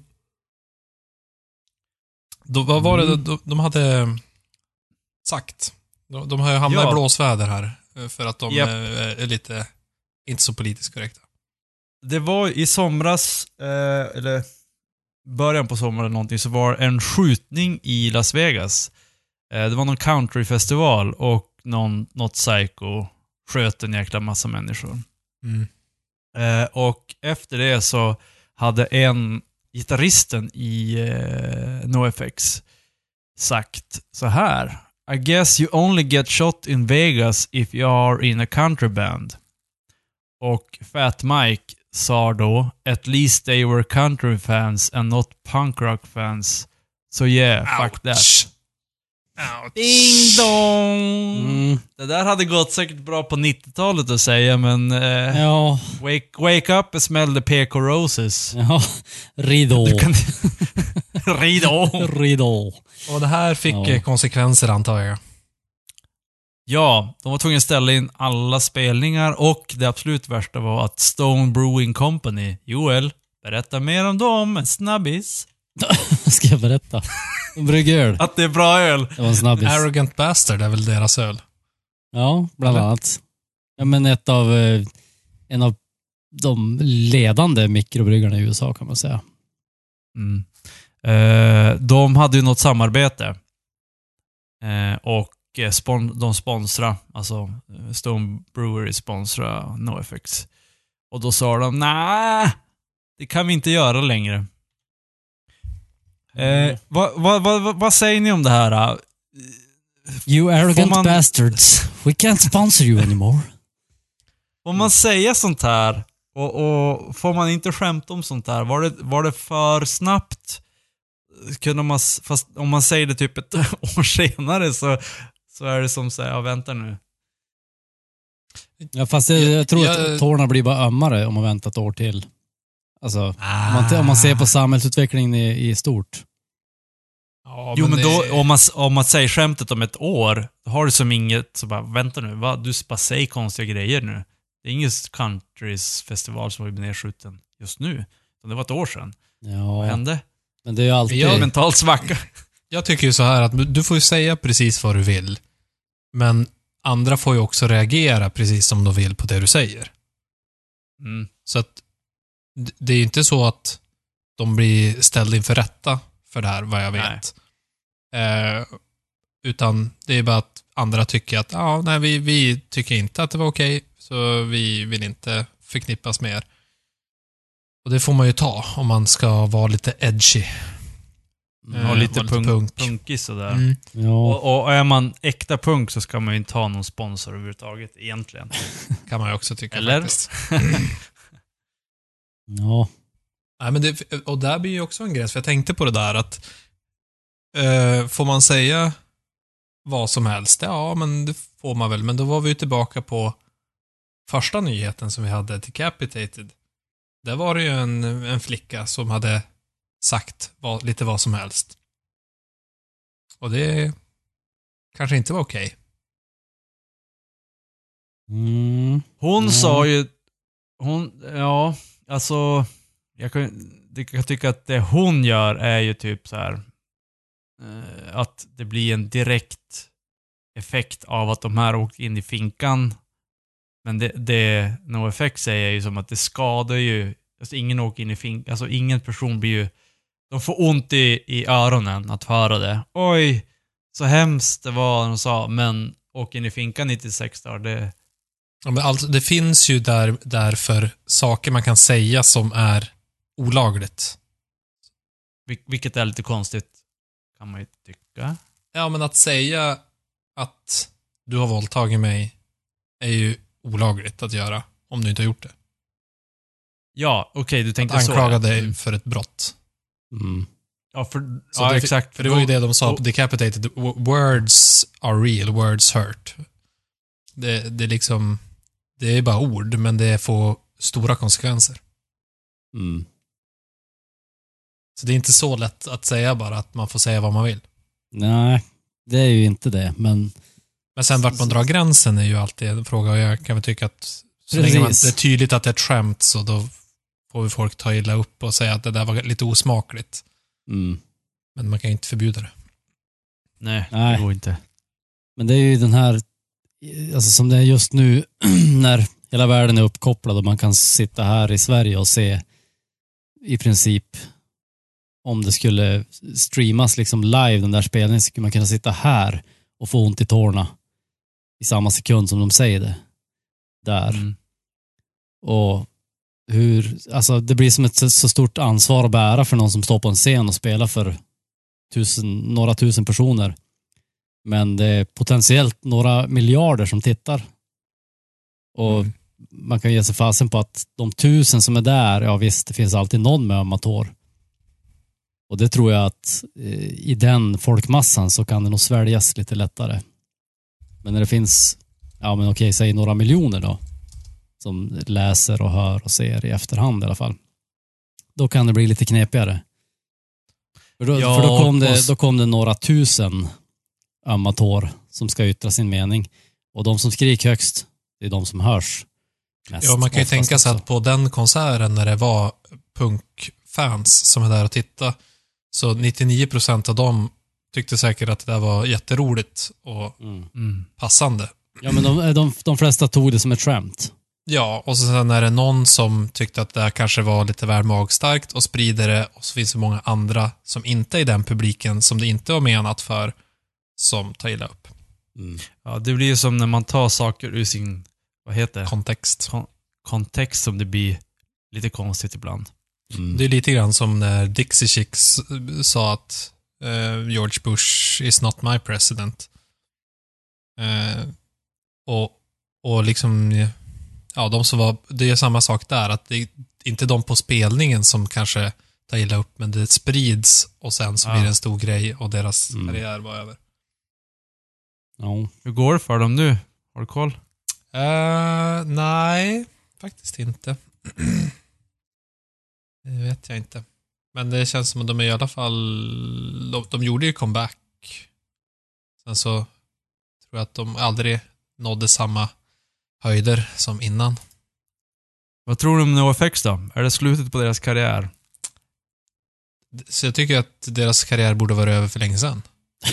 Då, vad var det de, de hade sagt? De, de har ju hamnat Ja. i blåsväder här. För att de Japp. är, är lite, inte så politiskt korrekta. Det var i somras, eh, eller början på sommaren eller någonting, så var en skjutning i Las Vegas. Eh, det var någon countryfestival och någon, något psycho sköt en jäkla massa människor. Mm. Eh, och efter det så hade en gitarristen i eh, NoFX sagt så här: I guess you only get shot in Vegas if you are in a country band. Och Fat Mike sa då, at least they were country fans and not punk rock fans. So yeah, fuck that. Ouch. Ouch. Ding dong! Mm, Det där hade gått säkert bra på nittiotalet att säga, men... Eh, ja, wake, wake up and smell the P K Roses. ja. Ridå. Du kan... Ridå! Ridå. Och det här fick Ja. eh, konsekvenser, antar jag. Ja, de var tvungna att ställa in alla spelningar och det absolut värsta var att Stone Brewing Company, Joel, berätta mer om dem, en snabbis. Ska jag berätta? De brygger öl. Att det är bra öl. Det var en snabbis. Arrogant Bastard är väl deras öl? Ja, bland Eller? annat. Ja, men ett av, eh, en av de ledande mikrobryggarna i U S A kan man säga. Mm. Eh, de hade ju något samarbete. Eh, och eh, spon- de sponsra, alltså eh, Stone Brewery sponsra NoFX. Och då sa de, nej, det kan vi inte göra längre. Eh, vad, vad, vad, vad säger ni om det här? eh? You arrogant man- bastards. We can't sponsor you anymore. Får man säga sånt här? Och, och får man inte skämta om sånt här? Var det, var det för snabbt? Kunde man, s- fast om man säger det typ ett år senare så, så är det som säger, ja vänta nu. Ja, fast jag, jag tror Jag- att tårna blir bara ömmare om man väntar ett år till. Alltså, om, man, Ah. om man ser på samhällsutvecklingen i, i stort. Ja, Jo men då, det- om man, om man säger skämtet om ett år, då har du som inget, så bara, vänta nu, va? Du bara säger konstiga grejer nu. Det är ingen countrys festival som har blivit nedskjuten just nu. Det var ett år sedan. Vad Ja, hände? men det är ju alltid... Ja, Mental svacka. Jag tycker ju så här att du får ju säga precis vad du vill. Men andra får ju också reagera precis som de vill på det du säger. Mm. Så att d- det är ju inte så att de blir ställda inför rätta för det här, vad jag vet. Eh, utan det är bara att andra tycker att ja, nej, vi, vi tycker inte att det var okej, så vi vill inte förknippas med er. Och det får man ju ta om man ska vara lite edgy. Ja, Eh, lite, vara punk, punk. punkig sådär. Mm. Ja, Och, och är man äkta punk så ska man ju inte ha någon sponsor överhuvudtaget egentligen. Kan man ju också tycka Eller? faktiskt. ja. Nej, men det, och där blir ju också en gräns, för jag tänkte på det där att eh, får man säga vad som helst? Ja, men det får man väl. Men då var vi ju tillbaka på första nyheten som vi hade, Decapitated. Där var det ju en, en flicka som hade sagt vad, lite vad som helst. Och det kanske inte var okej. Mm. Hon Ja. sa ju... Hon, ja, alltså... Jag kan, jag kan tycka att det hon gör är ju typ så här eh, att det blir en direkt effekt av att de här åkt in i finkan. Men det, det NoFX säger ju som att det skadar ju... Alltså ingen åker in i finkan. Alltså ingen person blir ju... De får ont i, i öronen att höra det. Oj, så hemskt det var, de sa. Men åk in i finkan nittiosex dagar, det... Ja, men alltså, det finns ju där, därför saker man kan säga som är olagligt. Vil- Vilket är lite konstigt, kan man ju tycka. Ja, men att säga att du har våldtagit mig är ju olagligt att göra om du inte har gjort det. Ja, okej, du Att tänkte så. anklaga ja. dig Mm. för ett brott. Mm. Ja, för, Så ja det, exakt. För det var ju det de sa då- på Decapitated. W- Words are real, words hurt. Det, det är liksom... Det är bara ord, men det får stora konsekvenser. Mm. Så det är inte så lätt att säga bara att man får säga vad man vill. Nej, det är ju inte det, men... Men sen vart man drar gränsen är ju alltid en fråga, och jag kan väl tycka att så länge man, Precis. det är tydligt att det är ett skämt, så då får vi folk ta illa upp och säga att det där var lite osmakligt. Mm. Men man kan ju inte förbjuda det. Nej, Nej. det går inte. Men det är ju den här, alltså som det är just nu, när hela världen är uppkopplad och man kan sitta här i Sverige och se i princip, om det skulle streamas liksom live, den där spelningen, så skulle man kunna sitta här och få ont i tårna i samma sekund som de säger det. Där. Mm. Och hur, alltså det blir som ett så- så stort ansvar att bära för någon som står på en scen och spelar för tusen, några tusen personer. Men det är potentiellt några miljarder som tittar. Och Mm. man kan ge sig fasen på att de tusen som är där, ja visst, det finns alltid någon med ömma tår. Och det tror jag att eh, i den folkmassan så kan det nog sväljas lite lättare. Men när det finns, ja men okej, säg några miljoner då, som läser och hör och ser i efterhand i alla fall, då kan det bli lite knepigare. För då, Ja, för då, kom, det, och- då kom det några tusen amatör som ska yttra sin mening. Och de som skriker högst, det är de som hörs mest. Ja, man kan ju oftast tänka sig också. att på den konserten när det var punkfans som är där och titta, så nittionio procent av dem tyckte säkert att det där var jätteroligt och Mm. Mm. passande. Ja, men de, de, de flesta tog det som ett skämt. Ja, och så sen är det någon som tyckte att det här kanske var lite väl magstarkt och sprider det, och så finns det många andra som inte är i den publiken som det inte var menat för, som tar illa upp. Mm. Ja, det blir ju som när man tar saker ur sin, vad heter det? Kontext. Kon- kontext som det blir lite konstigt ibland. Mm. Det är lite grann som när Dixie Chicks eh, sa att eh, George Bush is not my president. Eh, och, och liksom, ja, de som var, det är samma sak där, att det är inte de på spelningen som kanske tar illa upp, men det sprids och sen så Ja. blir det en stor grej och deras Mm. karriär var över. Ja. Hur går det för dem nu? Har du koll? Eh, nej, faktiskt inte. Det vet jag inte. Men det känns som att de är i alla fall... De, de gjorde ju comeback. Sen så tror jag att de aldrig nådde samma höjder som innan. Vad tror du om NoFX då? Är det slutet på deras karriär? Så jag tycker att deras karriär borde vara över för länge sedan.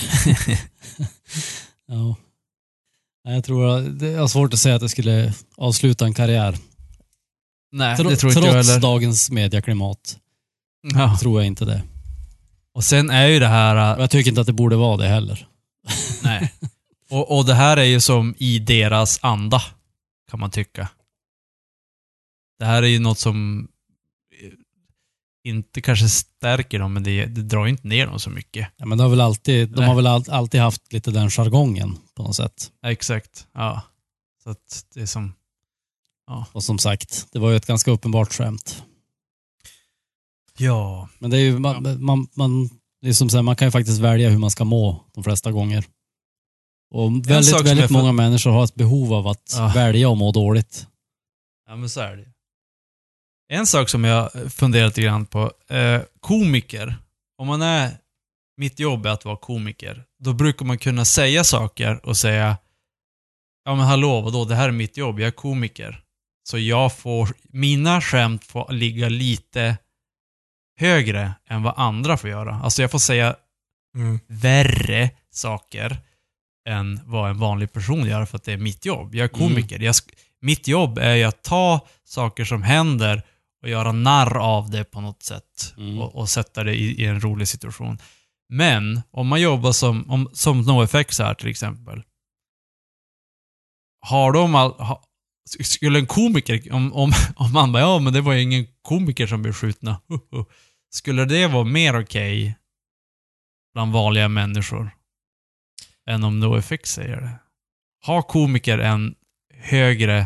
Ja. Nej, jag tror att det är svårt att säga att det skulle avsluta en karriär. Nej, Tro, det tror inte jag trots heller. dagens mediaklimat Ja. tror jag inte det. Och sen är ju det här... Och jag tycker inte att det borde vara det heller. Nej. Och, och det här är ju som i deras anda, kan man tycka. Det här är ju något som inte kanske stärker dem, men det, det drar ju inte ner dem så mycket. Ja, men det har väl alltid, de Nej. har väl all, alltid haft lite den jargongen på något sätt. Ja, exakt. Ja. Så att det är som... Och som sagt, det var ju ett ganska uppenbart skämt. Ja. Men det är ju, man, man, man, det är som så här, man kan ju faktiskt välja hur man ska må de flesta gånger. Och sak väldigt, som väldigt jag för- många människor har ett behov av att Ja. välja och må dåligt. Ja, men så är det. En sak som jag funderat lite grann på. Eh, komiker. Om man är... Mitt jobb är att vara komiker. Då brukar man kunna säga saker och säga: ja men hallå, vadå? Det här är mitt jobb. Jag är komiker. Så jag får... Mina skämt får ligga lite högre än vad andra får göra. Alltså jag får säga Mm. värre saker än vad en vanlig person gör för att det är mitt jobb. Jag är komiker. Jag sk- mitt jobb är ju att ta saker som händer och göra narr av det på något sätt. Mm. Och, och sätta det i, i en rolig situation. Men om man jobbar som, om, som NoFX här till exempel. Har de all, ha, skulle en komiker, om, om, om man bara, ja men det var ju ingen komiker som blev skjutna. Skulle det vara mer okej bland vanliga människor än om NoFX säger det? Har komiker en högre...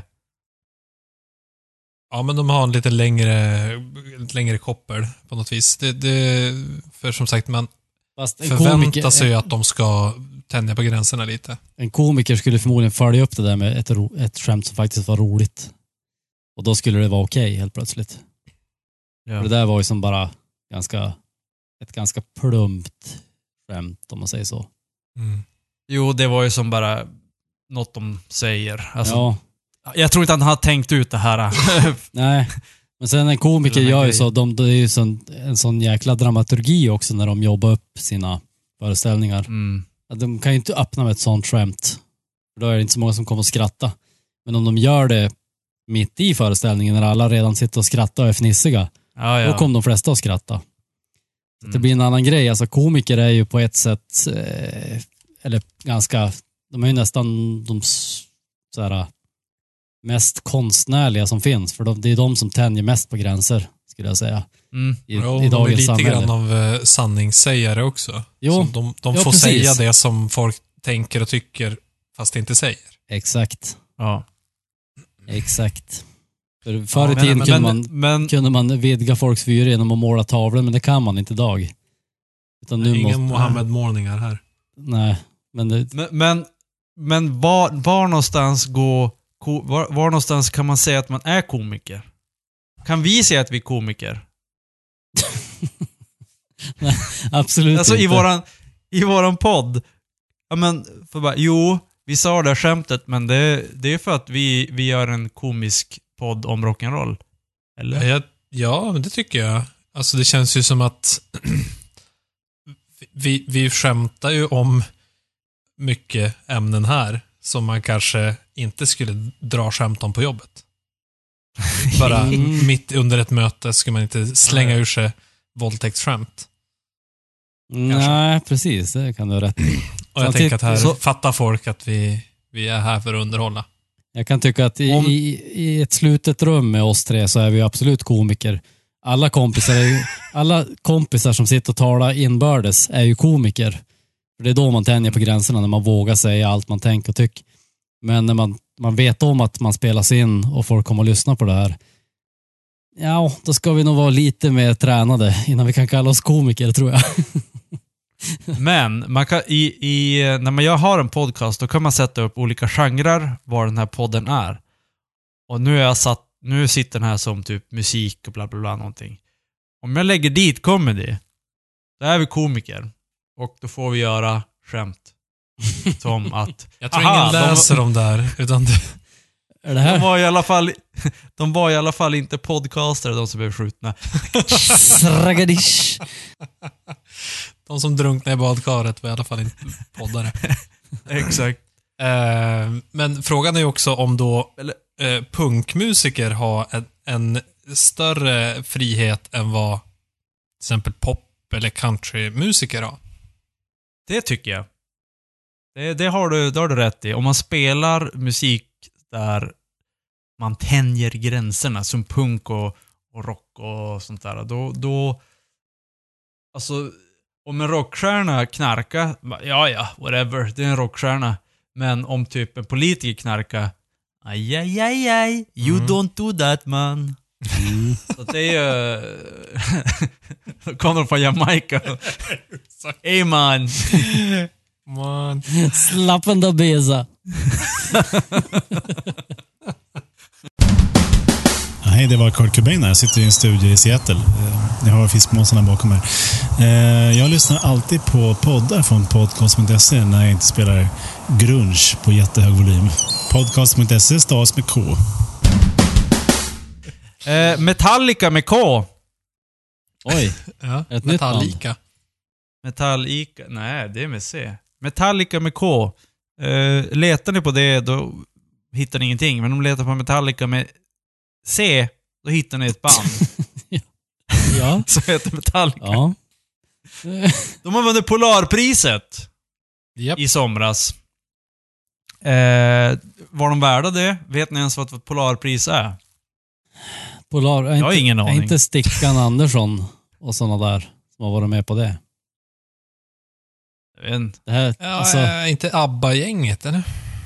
Ja, men de har en lite längre, ett längre koppel på något vis. Det, det, för som sagt, man Fast en förväntar komiker, sig ju att de ska tänja på gränserna lite. en komiker skulle förmodligen följa upp det där med ett, ro, ett skämt som faktiskt var roligt. Och då skulle det vara okej helt plötsligt. Ja. För det där var ju som bara ganska, ett ganska plumpt skämt om man säger så. Mm. Jo, det var ju som bara något de säger. Alltså, Ja, jag tror inte att han har tänkt ut det här. nej. Men sen en komiker Den här gör ju grejen. så, de, det är ju sån, en sån jäkla dramaturgi också när de jobbar upp sina föreställningar. Mm. Att de kan ju inte öppna med ett sånt skämt. För då är det inte så många som kommer att skratta. Men om de gör det mitt i föreställningen när alla redan sitter och skrattar och är fnissiga, Ja, ja. då kommer de flesta att skratta. Så Mm. det blir en annan grej. Alltså komiker är ju på ett sätt, eh, eller ganska, de är ju nästan de s- så här, mest konstnärliga som finns. För de, det är de som tänjer mest på gränser, skulle jag säga. Mm. I, Jo, i de är dagens lite samhälle. grann av eh, sanningssägare också. Jo. Så de de Ja, får precis. säga det som folk tänker och tycker, fast inte säger. Exakt, Ja. exakt. För förr i men, tiden men, kunde, men, man, men, kunde man vidga folks vyer genom att måla tavlor, men det kan man inte idag. Utan nu Inga måste... Mohammed-målningar här. Nej, men det... Men, men, men var, var någonstans gå, ko, var, var någonstans kan man säga att man är komiker? Kan vi säga att vi är komiker? Nej, absolut Alltså inte. i våran, i våran podd. Ja men, för bara, jo, vi sa det här skämtet, men det, det är för att vi, vi gör en komisk podd om rock'n'roll. Eller? Ja, ja, men det tycker jag. Alltså det känns ju som att vi, vi skämtar ju om mycket ämnen här som man kanske inte skulle dra skämt om på jobbet. Bara Mm. mitt under ett möte ska man inte slänga ur sig våldtäktsskämt. Nej, precis. Det kan du ha rätt i. Och jag Samtidigt- tänker att här så- fattar folk att vi, vi är här för att underhålla. Jag kan tycka att i, Om- i, i ett slutet rum med oss tre så är vi absolut komiker. Alla kompisar, är ju, alla kompisar som sitter och talar inbördes är ju komiker. För det är då man tänjer på gränserna, när man vågar säga allt man tänker och tycker. Men när man, man vet om att man spelas in och folk kommer att lyssna på det här, ja, då ska vi nog vara lite mer tränade innan vi kan kalla oss komiker, tror jag. Men man kan, i, i, när man gör, har en podcast, då kan man sätta upp olika genrer vad den här podden är. Och nu är jag satt, nu sitter den här som typ musik och bla bla bla någonting. Om jag lägger dit comedy, då är vi komiker. Och då får vi göra skämt. Som att... Jag tror aha, ingen läser de, dem där, utan det, Är det de här? var i alla fall de var i alla fall inte podcastare, de som blev skjutna. Sragadish. de som drunknade i badkaret var i alla fall inte poddare. Exakt. Eh, men frågan är ju också om då eh, punkmusiker har en, en större frihet än vad till exempel pop- eller countrymusiker har. Det tycker jag. Det, det, har du, det har du rätt i. Om man spelar musik där man tänjer gränserna, som punk och, och rock och sånt där, då, då... Alltså, om en rockstjärna knarkar, ja ja, whatever, det är en rockstjärna. Men om typ en politiker knarkar, aj, aj, aj, aj, you Mm. don't do that, man. Mm. Så det är ju... Då kommer de från Jamaica. Hey man. Man. Slappande beza. Hej, det var Kurt Cobain här. Jag sitter i en studio i Seattle. Eh, Ni har fiskmåsarna bakom mig. Eh, Jag lyssnar alltid på poddar från podcast punkt se när jag inte spelar grunge på jättehög volym. podcast punkt se stavas med K. Eh, Metallica med K. Oj, Ja, Ett nytt Metallica. Metallica, nej det är med C. Metallica med K. Eh, letar ni på det, då hittar ni ingenting. Men om ni letar på Metallica med C, då hittar ni ett band ja. som heter Metallica. Ja. De har vunnit Polarpriset Japp. i somras. Eh, var de värda det? Vet ni ens vad ett Polarpris är? Polar, är Jag har inte, ingen är aning. inte Stickan Andersson och sådana där som har varit med på det? Jag vet inte. Det här, Ja, alltså, eh, inte ABBA-gänget, eller?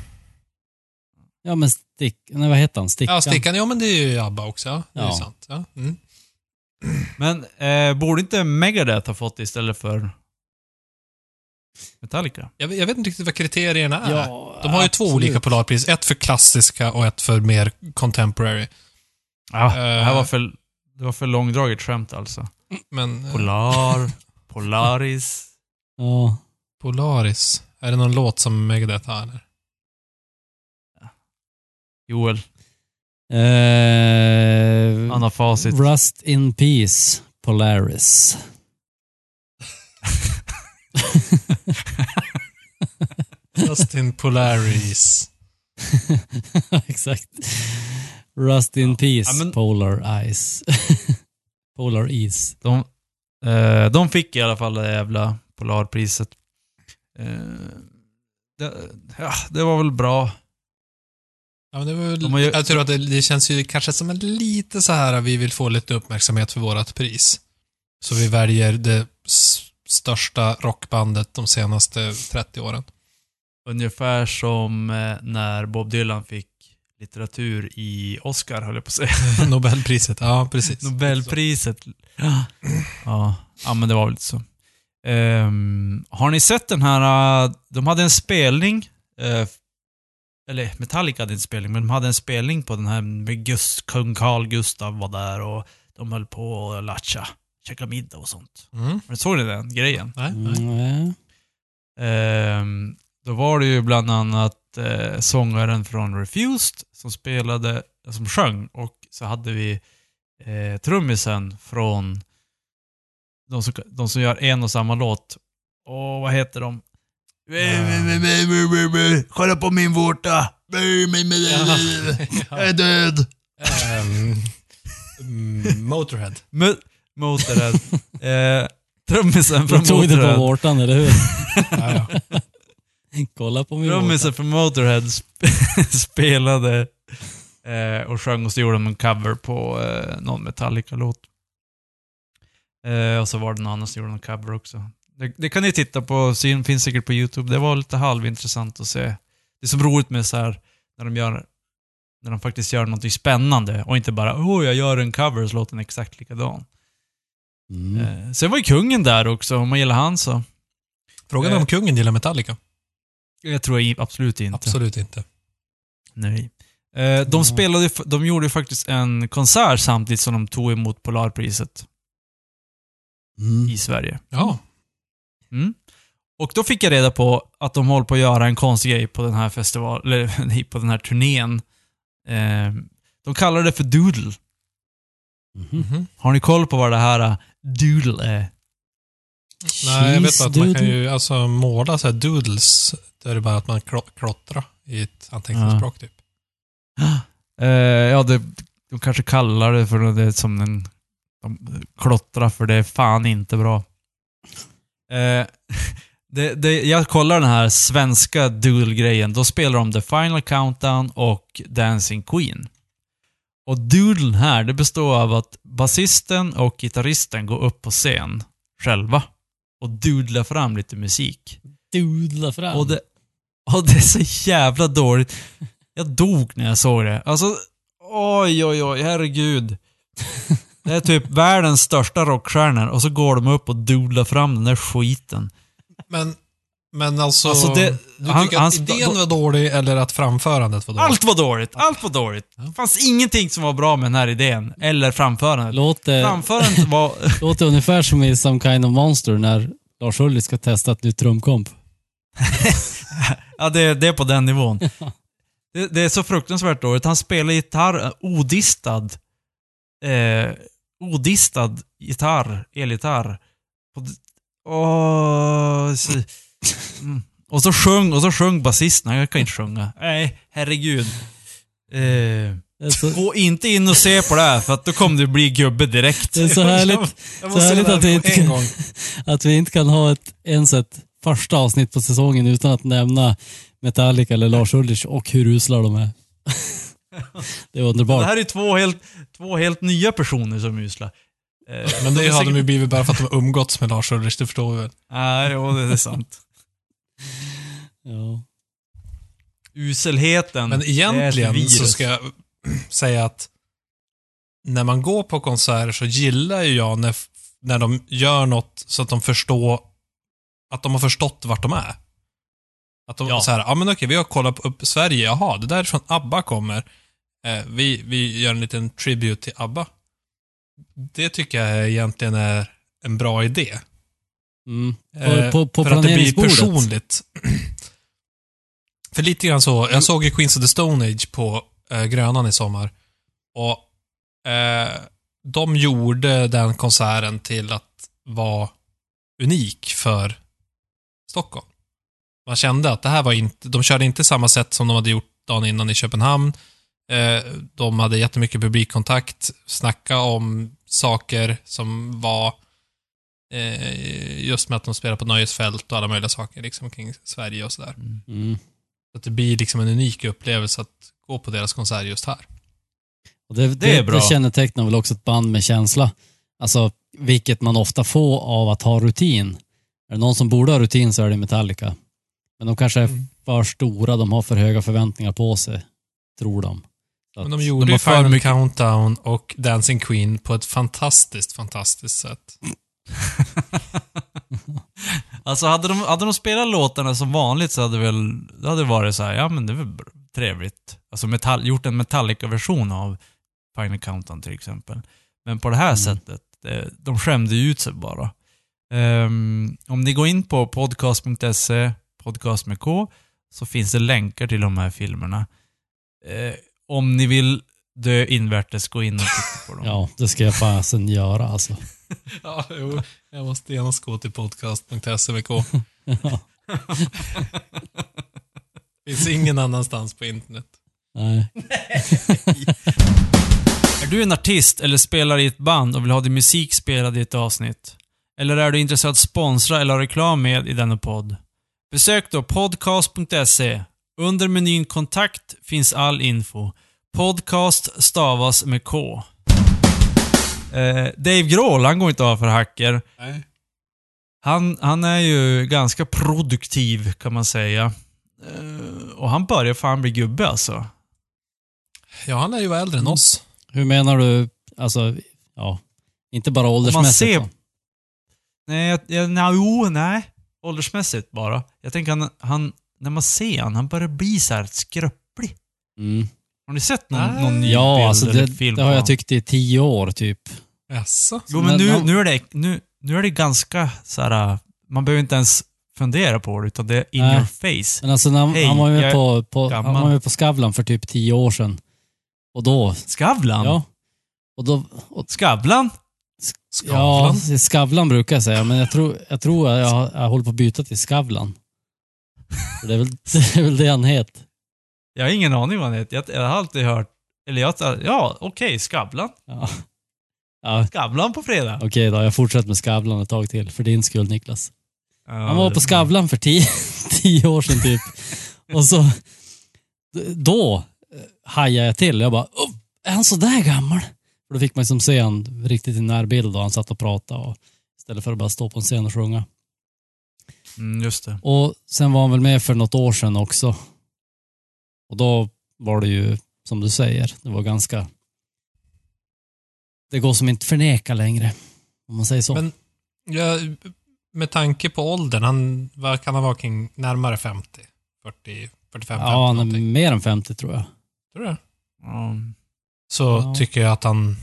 ja men Stick, nej vad heter han? Stickan? Ja, Stickan, ja men det är ju ABBA också. Ja, det är Ja. ju sant. Ja. Mm. Men eh, borde inte Megadeth ha fått det istället för Metallica? Jag, vet- jag vet inte riktigt vad kriterierna är. Ja, De har ju två absolut. olika Polarpris. Ett för klassiska och ett för mer contemporary. Ja, Eh. det här var för, det var för långdraget skämt alltså. Men eh, Polar, Polaris. Ja. Polaris, är det någon låt som Megadeth har? Eller? Joel, Eh, han har facit. Rust in Peace, Polaris. Justin Polaris. Exakt. Rust in Peace, Ja, men- Polar Ice. Polar Is. De, eh, de fick i alla fall det jävla Polarpriset. Eh, det, ja, det var väl bra. Ja, men det var väl, De har ju- jag tror att det, det känns ju kanske som en lite så här att vi vill få lite uppmärksamhet för vårat pris. Så vi väljer det s- största rockbandet de senaste trettio åren. Ungefär som eh, när Bob Dylan fick litteratur i Oscar, höll jag på att säga. Nobelpriset, ja precis. Nobelpriset. Ja. Ja, men det var väl lite så. Um, har ni sett den här... Uh, de hade en spelning... Uh, eller Metallica hade en spelning, men de hade en spelning på den här med Gust, kung Carl Gustav var där och de höll på och latcha, käka middag och sånt. Mm. Men såg ni den grejen? Nej, nej. Mm. Um, då var det ju bland annat uh, sångaren från Refused som spelade, som sjöng, och så hade vi uh, trummisen från de som, de som gör en och samma låt. Och vad heter de? Kolla på min vårta. Jag är död. Um, Motorhead. M- Motorhead. eh, trummisen från Du tog det på Motorhead. vårtan, eller hur? Ja, ja. Kolla på min Trummisen vårta. från Motorhead sp- spelade eh, och sjöng, och så gjorde de en cover på eh, någon Metallica-låt. Eh, och så var det någon annan som gjorde en cover också. Det, det kan ni titta på, syn, finns säkert på YouTube. Det var lite halvintressant att se. Det är så roligt med så här när de gör när de faktiskt gör något spännande och inte bara, åh, jag gör en cover så låter den exakt likadan. Mm. Eh, sen var ju kungen där också, om man gillar han så. Frågan är om kungen gillar Metallica. Jag tror jag absolut inte. Absolut inte. Nej. Eh, de spelade, de gjorde ju faktiskt en konsert samtidigt som de tog emot Polarpriset Mm. i Sverige. Ja. Mm. Och då fick jag reda på att de håller på att göra en konstig grej på den här festival, eller nej, på den här turnén. Eh, de kallar det för doodle. Mhm. Mhm. Har ni koll på vad det här uh, doodle är? Nej, jag vet Cheese att man kan doodle. ju alltså måla så här doodles. Det är det bara att man klo- klottrar i ett anteckningsspråk typ. Eh, ja, det, de kanske kallar det för det som en de klottrar, för det är fan inte bra. Eh, det, det, jag kollar den här svenska doodle-grejen. Då spelar de The Final Countdown och Dancing Queen. Och doodlen här, det består av att basisten och gitarristen går upp på scen själva och doodlar fram lite musik. Doodla fram. Och det, och det är så jävla dåligt. Jag dog när jag såg det. Alltså, oj, oj, oj, herregud. Det är typ världens största rockstjärnor och så går de upp och doodlar fram den där skiten. Men, men alltså, Alltså det- du han- tycker han att sp- idén var dålig eller att framförandet var dåligt? Allt var dåligt, allt var dåligt. Det fanns ingenting som var bra med den här idén. Eller framförandet. Låter, Framförandet var... låter ungefär som i Some Kind of Monster när Lars Ulrich ska testa ett nytt trumkomp. Ja, det, det är på den nivån. Det, det är så fruktansvärt dåligt. Han spelar gitarr, eh, odistad. Eh, odistad gitarr, elgitarr. Och, d- åh, så, mm. och så sjöng, och så sjöng basisten. Jag kan inte sjunga. Nej, herregud. Eh, Det är så, gå inte in och se på det här, för att då kommer du bli gubbe direkt. det är så härligt, Jag så måste härligt se att, vi det inte här på en kan, gång. att vi inte kan ha ett, ens ett första avsnitt på säsongen utan att nämna Metallica eller Lars Ulrich och hur usla de är. Det är Det underbart. här är två helt, två helt nya personer som är usla. Eh, Men det de är hade de ju säkert- blivit bara för att de har umgåtts med Lars Ulrich, det förstår vi väl. Nej, jo, det är sant. Ja. Uselheten. Men det är ett egentligen virus. så ska jag säga att när man går på konserter så gillar ju jag när, när de gör något så att de förstår att de har förstått vart de är. Att de Ja. så här, ja men okej, vi har kollat upp Sverige, jaha, det där är från ABBA kommer. Eh, vi, vi gör en liten tribute till ABBA. Det tycker jag egentligen är en bra idé. Mm. Eh, På, på, på för att det blir planeringsbordet. personligt. För lite grann så, jag såg ju Queens of the Stone Age på eh, Grönan i sommar. Och eh, de gjorde den konserten till att vara unik för Stockholm. Man kände att det här var inte, de körde inte samma sätt som de hade gjort dagen innan i Köpenhamn. Eh, de hade jättemycket publikkontakt, snacka om saker som var eh, just med att de spelar på nöjesfält och alla möjliga saker liksom kring Sverige och sådär. Mm. Så att det blir liksom en unik upplevelse att gå på deras konsert just här. Och det, det, Det är det, bra. kännetecknar väl också ett band med känsla. Alltså, vilket man ofta får av att ha rutin. Är det någon som borde ha rutin så är det Metallica. Men de kanske är Mm. för stora, de har för höga förväntningar på sig, tror de. Så att- Men de gjorde de ju har för Final mycket- Countdown och Dancing Queen på ett fantastiskt, fantastiskt sätt. Alltså hade de, hade de spelat låtarna som vanligt så hade väl, då hade det varit så här, ja men det var trevligt. Alltså metall, gjort en Metallica-version av Final Countdown till exempel. Men på det här mm. sättet, det, de skämde ut sig bara. Um, om ni går in på podcast punkt se, podcast med K, så finns det länkar till de här filmerna. Uh, om ni vill dö invärtes, gå in och titta på dem. Ja, det ska jag fasen göra alltså. Ja, jo, jag måste gärna gå till podcast punkt se med K. Ja. Finns ingen annanstans på internet. Nej. Är du en artist eller spelar i ett band och vill ha din musik spelad i ett avsnitt? Eller är du intresserad att sponsra eller ha reklam med i denna podd? Besök då podcast punkt se. Under menyn kontakt finns all info. Podcast stavas med K. Eh, Dave Grohl, han går inte av för hacker. Nej. Han, han är ju ganska produktiv kan man säga. Eh, och han börjar fan bli gubbe alltså. Ja, han är ju äldre än oss. Hur menar du? Alltså, ja. Inte bara åldersmässigt. Man ser... Nej, jag, jag, nej, jo, nej. Åldersmässigt bara. Jag tänker han, han när man ser han, han börjar bli så här skröplig. Mm. Har ni sett någon, någon ny ja, bild alltså eller det, film? det har jag tyckt i tio år typ. Jaså? Jo, men nu, nu, är det, nu, nu är det ganska så här. Man behöver inte ens fundera på det, utan det är in Nej. your face. Men alltså, när, Hej, han var med jag på, på, han gammal. var med på Skavlan för typ tio år sedan. Och då... Skavlan? Ja. Och då... Och, Skavlan? ja, Skavlan brukar jag säga, men jag tror jag, tror jag, jag, jag håller på att byta till Skavlan. För det är väl det, är väl det han heter. Jag har ingen aning vad han heter. Jag, jag har alltid hört... Eller jag... Ja, okej, okay, Skavlan. Ja. Ja. Skavlan på fredag. Okej okay, då, jag fortsätter med Skavlan ett tag till. För din skull, Niklas. Ja, han var på Skavlan för tio, tio år sedan typ. Och så... Då hajade jag till. Jag bara, oh, är han så där gammal? För då fick man som se han riktigt i närbild och han satt och pratade. Och, istället för att bara stå på en scen och sjunga. Mm, just det. Och sen var han väl med för något år sedan också. Och då var det ju, som du säger, det var ganska... Det går som inte förneka längre, om man säger så. Men ja, med tanke på åldern, han var, kan han vara kring närmare femtio? fyrtio, fyrtiofem, femtio ja, han är någonting. mer än femtio tror jag. Tror du det? Mm. Så Ja. tycker jag att han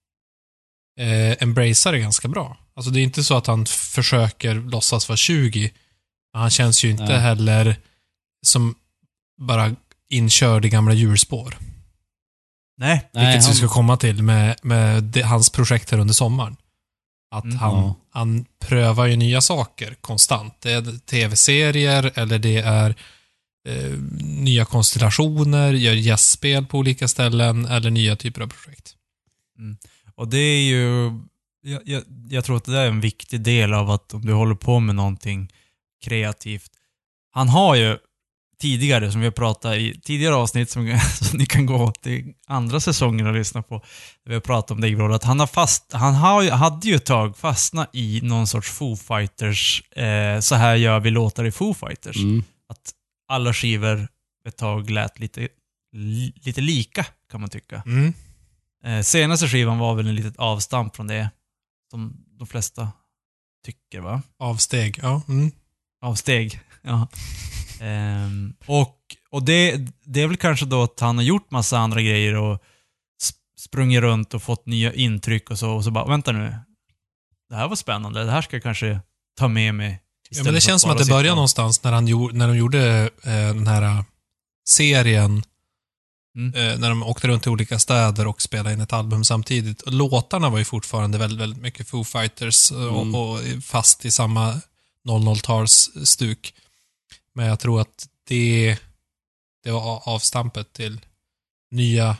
eh, embracear det ganska bra. Alltså det är inte så att han försöker låtsas vara tjugo. Han känns ju inte Nej. heller som bara inkörd i gamla hjulspår. Nej. Nej, Vilket han, vi ska komma till med, med det, hans projekt här under sommaren. Att Mm. han, Ja. han prövar ju nya saker konstant. Det är tv-serier eller det är eh, nya konstellationer, gör gästspel på olika ställen eller nya typer av projekt. Och det är ju... Jag, jag, jag tror att det är en viktig del av att om du håller på med någonting kreativt. Han har ju tidigare, som vi har pratat i tidigare avsnitt som, som ni kan gå till andra säsonger och lyssna på, där vi har pratat om Dave Grohl, att han har fast, han har, ju- hade ju ett tag fastnat i någon sorts Foo Fighters, eh, så här gör vi låtar i Foo Fighters. mm, Att alla skivor ett tag lät lite, li, lite lika, kan man tycka. Mm. Eh, senaste skivan var väl en litet avstamp från det, som de flesta tycker, va? Avsteg, ja. Mm. Avsteg. Ja. Ehm, och och det, det är väl kanske då att han har gjort massa andra grejer och sp- sprungit runt och fått nya intryck och så, och så bara, vänta nu. Det här var spännande. Det här ska jag kanske ta med mig. Ja, men det känns som att det började någonstans när, han gjorde, när de gjorde eh, den här eh, serien. Mm. Eh, när de åkte runt i olika städer och spelade in ett album samtidigt. Och låtarna var ju fortfarande väldigt, väldigt mycket Foo Fighters eh, och, Mm. och fast i samma noll noll-tals stuk. Men jag tror att det, det var a- avstampet till nya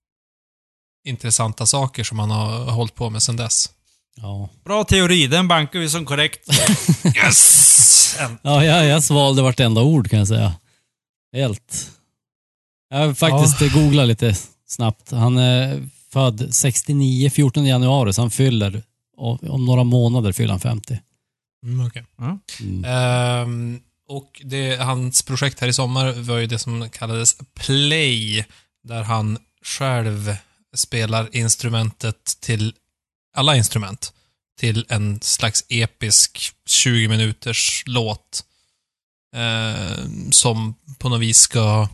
intressanta saker som man har hållit på med sedan dess. ja. Bra teori, den bankar vi som korrekt. Yes! Ja, jag, jag svalde vartenda ord kan jag säga. Helt. Jag har faktiskt ja. googlat lite snabbt. Han är född sextionio, fjortonde januari, så han fyller, och om några månader fyller han femtio. Mm, okej. Mm. Ehm, och det, hans projekt här i sommar var ju det som kallades Play, där han själv spelar instrumentet till alla instrument. till en slags episk tjugo minuters låt eh, som på något vis ska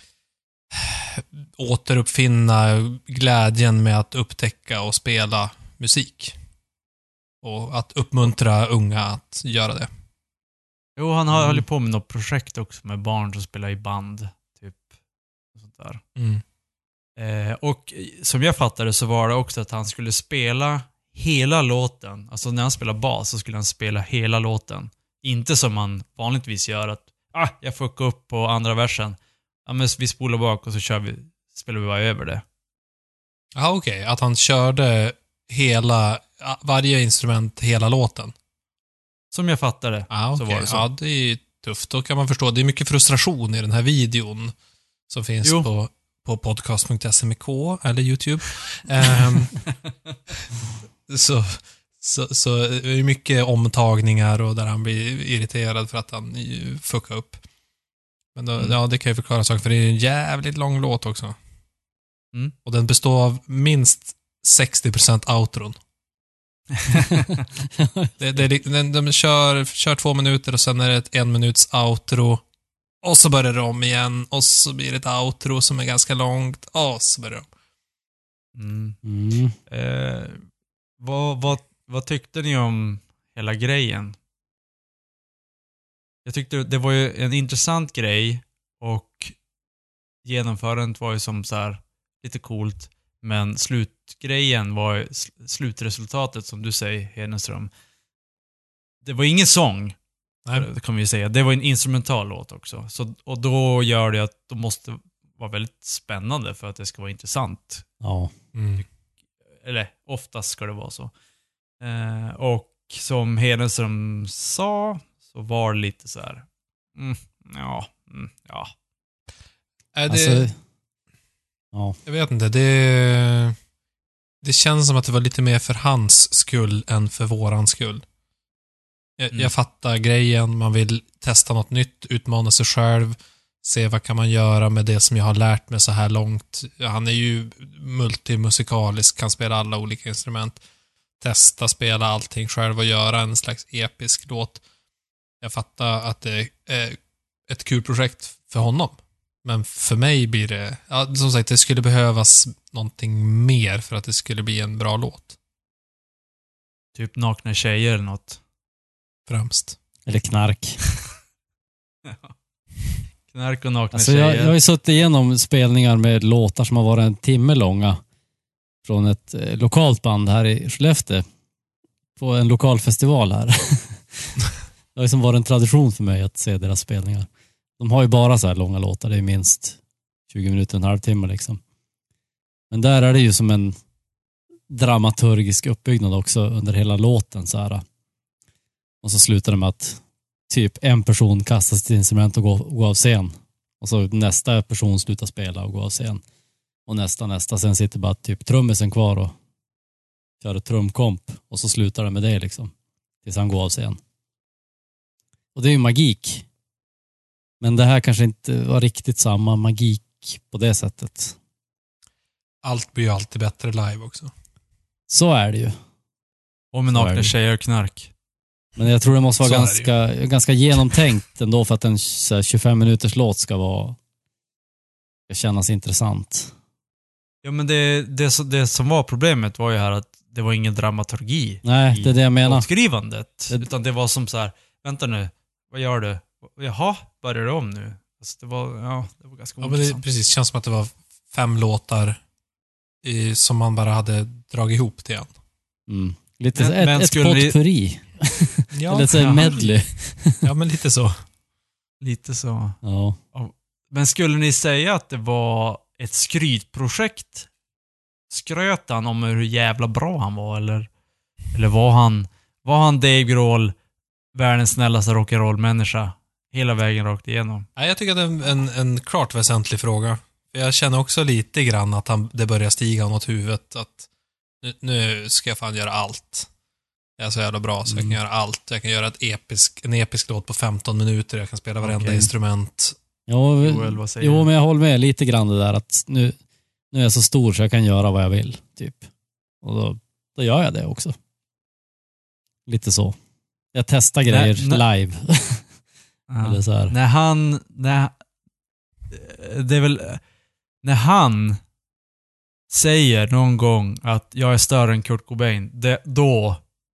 återuppfinna glädjen med att upptäcka och spela musik. Och att uppmuntra unga att göra det. Jo, han har mm. hållit på med något projekt också med barn som spelar i band. Typ. Och sånt där. Mm. Eh, och som jag fattade så var det också att han skulle spela hela låten. Alltså när han spelar bas så skulle han spela hela låten. Inte som man vanligtvis gör att ah, jag fuckar upp på andra versen. Ja, men vi spolar bak och så kör vi, spelar vi bara över det. Ja, okej. Okay. Att han körde hela, varje instrument, hela låten. Som jag fattade. Ja, okej. Så var det så. Ja, det är tufft. Då kan man förstå. Det är mycket frustration i den här videon som finns Jo. på, på podcast punkt se med K eller YouTube. um, så, så, så är det mycket omtagningar och där han blir irriterad för att han fuckar upp. Men då, mm. ja, det kan ju förklara saker, för det är en jävligt lång låt också. Mm. Och den består av minst sextio procent outron. det, det, den, de kör, kör två minuter och sen är det ett en minuts outro. Och så börjar det om igen. Och så blir det ett outro som är ganska långt. Och så börjar det om. Mm. Mm. Eh, vad, vad, vad tyckte ni om hela grejen? Jag tyckte det var ju en intressant grej och genomförandet var ju som så här lite coolt, men slutgrejen var ju, slutresultatet som du säger, Hedenström. Det var ingen sång. Nej. Det kan vi ju säga. Det var en instrumental låt också. Så, och då gör det att det måste vara väldigt spännande för att det ska vara intressant. Ja. Mm. Eller oftast ska det vara så. Eh, och som Hedenström sa så var det lite så här. Mm, ja, mm, ja. Är det, Alltså, ja. jag vet inte, det, det känns som att det var lite mer för hans skull än för våran skull. Jag, Mm. jag fattar grejen, man vill testa något nytt, utmana sig själv, se vad kan man göra med det som jag har lärt mig så här långt. Han är ju multimusikalisk, kan spela alla olika instrument. Testa spela allting själv och göra en slags episk låt. Jag fattar att det är ett kul projekt för honom. Men för mig blir det, ja, som sagt, det skulle behövas någonting mer för att det skulle bli en bra låt. Typ nakna tjejer eller något. Främst. Eller knark. Knark och nakna Alltså tjejer. jag, jag har ju suttit igenom spelningar med låtar som har varit en timme långa från ett eh, lokalt band här i Skellefteå på en lokal festival här. Det har ju som varit en tradition för mig att se deras spelningar. De har ju bara så här långa låtar, det är minst tjugo minuter, en halvtimme liksom. Men där är det ju som en dramaturgisk uppbyggnad också under hela låten så här. Och så slutar det med att typ en person kastar sitt instrument och går, går av scen. Och så nästa person slutar spela och går av scen. Och nästa, nästa. Sen sitter bara typ trummisen kvar och kör ett trumkomp. Och så slutar det med det liksom. Tills han går av scen. Och det är ju magik. Men det här kanske inte var riktigt samma magik på det sättet. Allt blir ju alltid bättre live också. Så är det ju. Och med Så är nakna det. tjejer och knark. Men jag tror det måste vara Så är det ganska, ganska genomtänkt ändå för att en så här, tjugofem minuters låt ska vara ska kännas intressant. Ja, men det, det, så- det som var problemet var ju här att det var ingen dramaturgi Nej, i det är det jag menar. låtskrivandet. Det- Utan det var som så här, vänta nu, vad gör du? Jaha, börjar det om nu? Alltså det var, ja, det var ganska Ja, men det ointressant. precis känns som att det var fem låtar i, som man bara hade dragit ihop till en. Mm. Lite Men- ett, men ett skulle ni- potpurri. Ja, Eller så ja. en medley. ja, men lite så. Lite så. Ja. Men skulle ni säga att det var ett skrytprojekt? Skröt han om hur jävla bra han var, eller? Eller var han, var han Dave Grohl, världens snällaste rock'n'roll-människa, hela vägen rakt igenom? Nej, jag tycker att det är en, en, en klart väsentlig fråga. För jag känner också lite grann att han, det börjar stiga mot huvudet. Att nu, nu ska jag fan göra allt. Jag är så jävla bra så jag kan Mm. göra allt. Jag kan göra ett episk, en episk låt på femton minuter. Jag kan spela varenda Okej. instrument. Jo, Joel, vad säger jo, du? men jag håller med lite grann det där att nu, nu är jag så stor så jag kan göra vad jag vill, typ. Och då, då gör jag det också. lite så. Jag testar grejer Nej, nej. live. Ja. Eller så här. När han... När, det är väl... När han säger någon gång att jag är större än Kurt Cobain, det, då...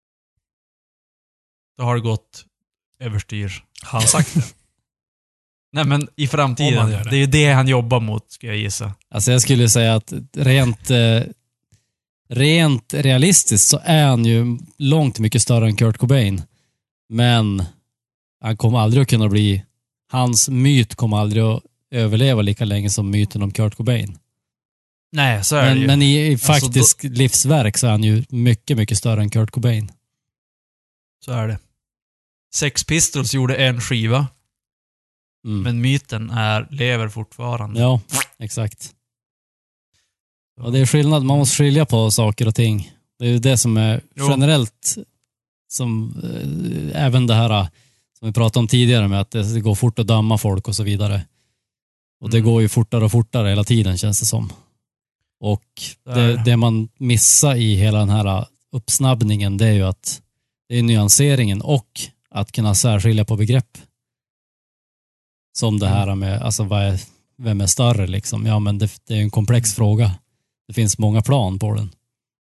Då har det gått överstyr. Har han sagt det? Nej, men i Om framtiden. han gör det. Det är ju det han jobbar mot, ska jag gissa. Alltså jag skulle säga att rent, eh, rent realistiskt så är han ju långt mycket större än Kurt Cobain. Men han kommer aldrig att kunna bli... Hans myt kommer aldrig att överleva lika länge som myten om Kurt Cobain. Nej, så är det Men, ju. men i, i Alltså, faktisk livsverk så är han ju mycket, mycket större än Kurt Cobain. Så är det. Sex Pistols gjorde en skiva, Mm. men myten är, lever fortfarande. Ja, exakt. Och det är skillnad, man måste skilja på saker och ting. Det är ju det som är Jo. generellt, som eh, även det här eh, som vi pratade om tidigare med att det går fort att döma folk och så vidare. Och det Mm. går ju fortare och fortare hela tiden, känns det som. Och Där. det, det man missar i hela den här uppsnabbningen, det är ju att det är nyanseringen och att kunna särskilja på begrepp. Som det här med, alltså vad är, vem är större liksom? Ja, men det, det är en komplex fråga. Det finns många plan på den.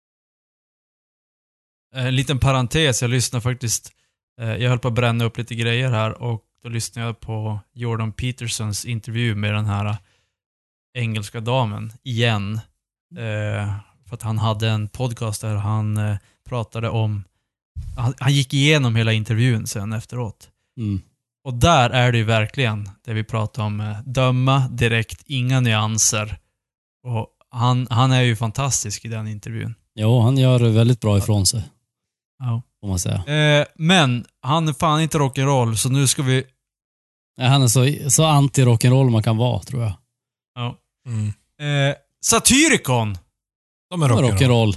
En liten parentes, jag lyssnar faktiskt... eh, Jag höll på att bränna upp lite grejer här och då lyssnade jag på Jordan Petersons intervju med den här engelska damen igen. Eh, För att han hade en podcast där han eh, pratade om... Han, han gick igenom hela intervjun sen efteråt. Mm. Och där är det ju verkligen det vi pratar om. eh, Döma direkt, inga nyanser. Och han, han är ju fantastisk i den intervjun. Jo, han gör det väldigt bra ifrån sig, Ja. får man säga. Eh, men han är fan inte rock'n'roll, så nu ska vi... Ja, han är så, så anti-rock'n'roll man kan vara, tror jag. Ja. Mm. Eh, Satyricon! De är Han är rock'n'roll. rock'n'roll.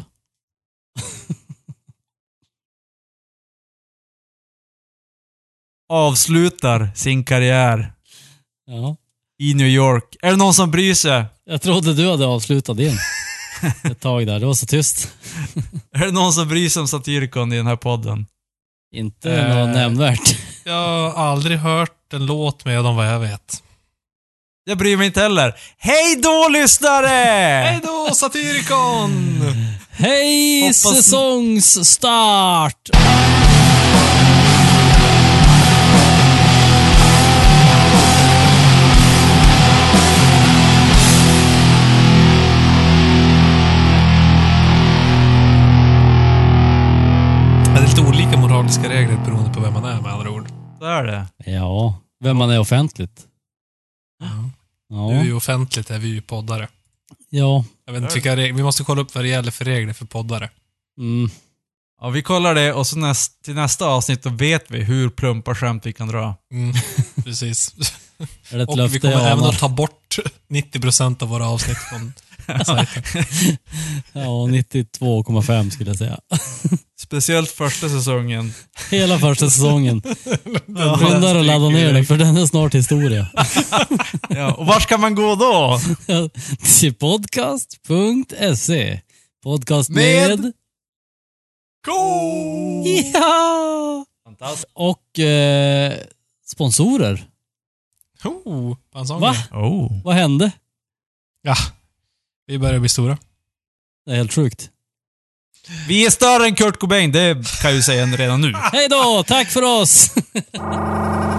Avslutar sin karriär Ja. i New York. Är det någon som bryr sig? Jag trodde du hade avslutat din. Ett tag där, det var så tyst. Är det någon som bryr sig om Satyricon i den här podden? Inte Eh. något nämnvärt. Jag har aldrig hört en låt med dem vad jag vet. Jag bryr mig inte heller. Hej då, lyssnare! Hej då, Satyricon! Hej, Hoppas- säsongsstart! Det är lite olika moraliska regler beroende på vem man är, med andra ord. Så är det. Ja, vem man är offentligt. Du är Ja, ju offentligt, är vi ju poddare. ja. Jag vet inte vilka regler, vi måste kolla upp vad det gäller för regler för poddare. Mm. Ja, vi kollar det och så näst, till nästa avsnitt då vet vi hur plumpa skämt vi kan dra. Mm, precis. Är det ett Och vi löfte kommer jag även anar? att ta bort nittio procent av våra avsnitt från sajten. Ja, nittiotvå komma fem skulle jag säga. Speciellt första säsongen. Hela första säsongen. Skynda dig att ladda ner den, för den är snart historia. Ja, och var ska man gå då? Till podcast punkt se. Podcast Med- med... Go! Ja! Fantastiskt. Och eh, sponsorer. Oh, pansong. Va? Oh. Vad hände? Ja, vi börjar bli stora. Det är helt sjukt. Vi är större än Kurt Cobain, det kan jag ju säga redan nu. Hej då! Tack för oss!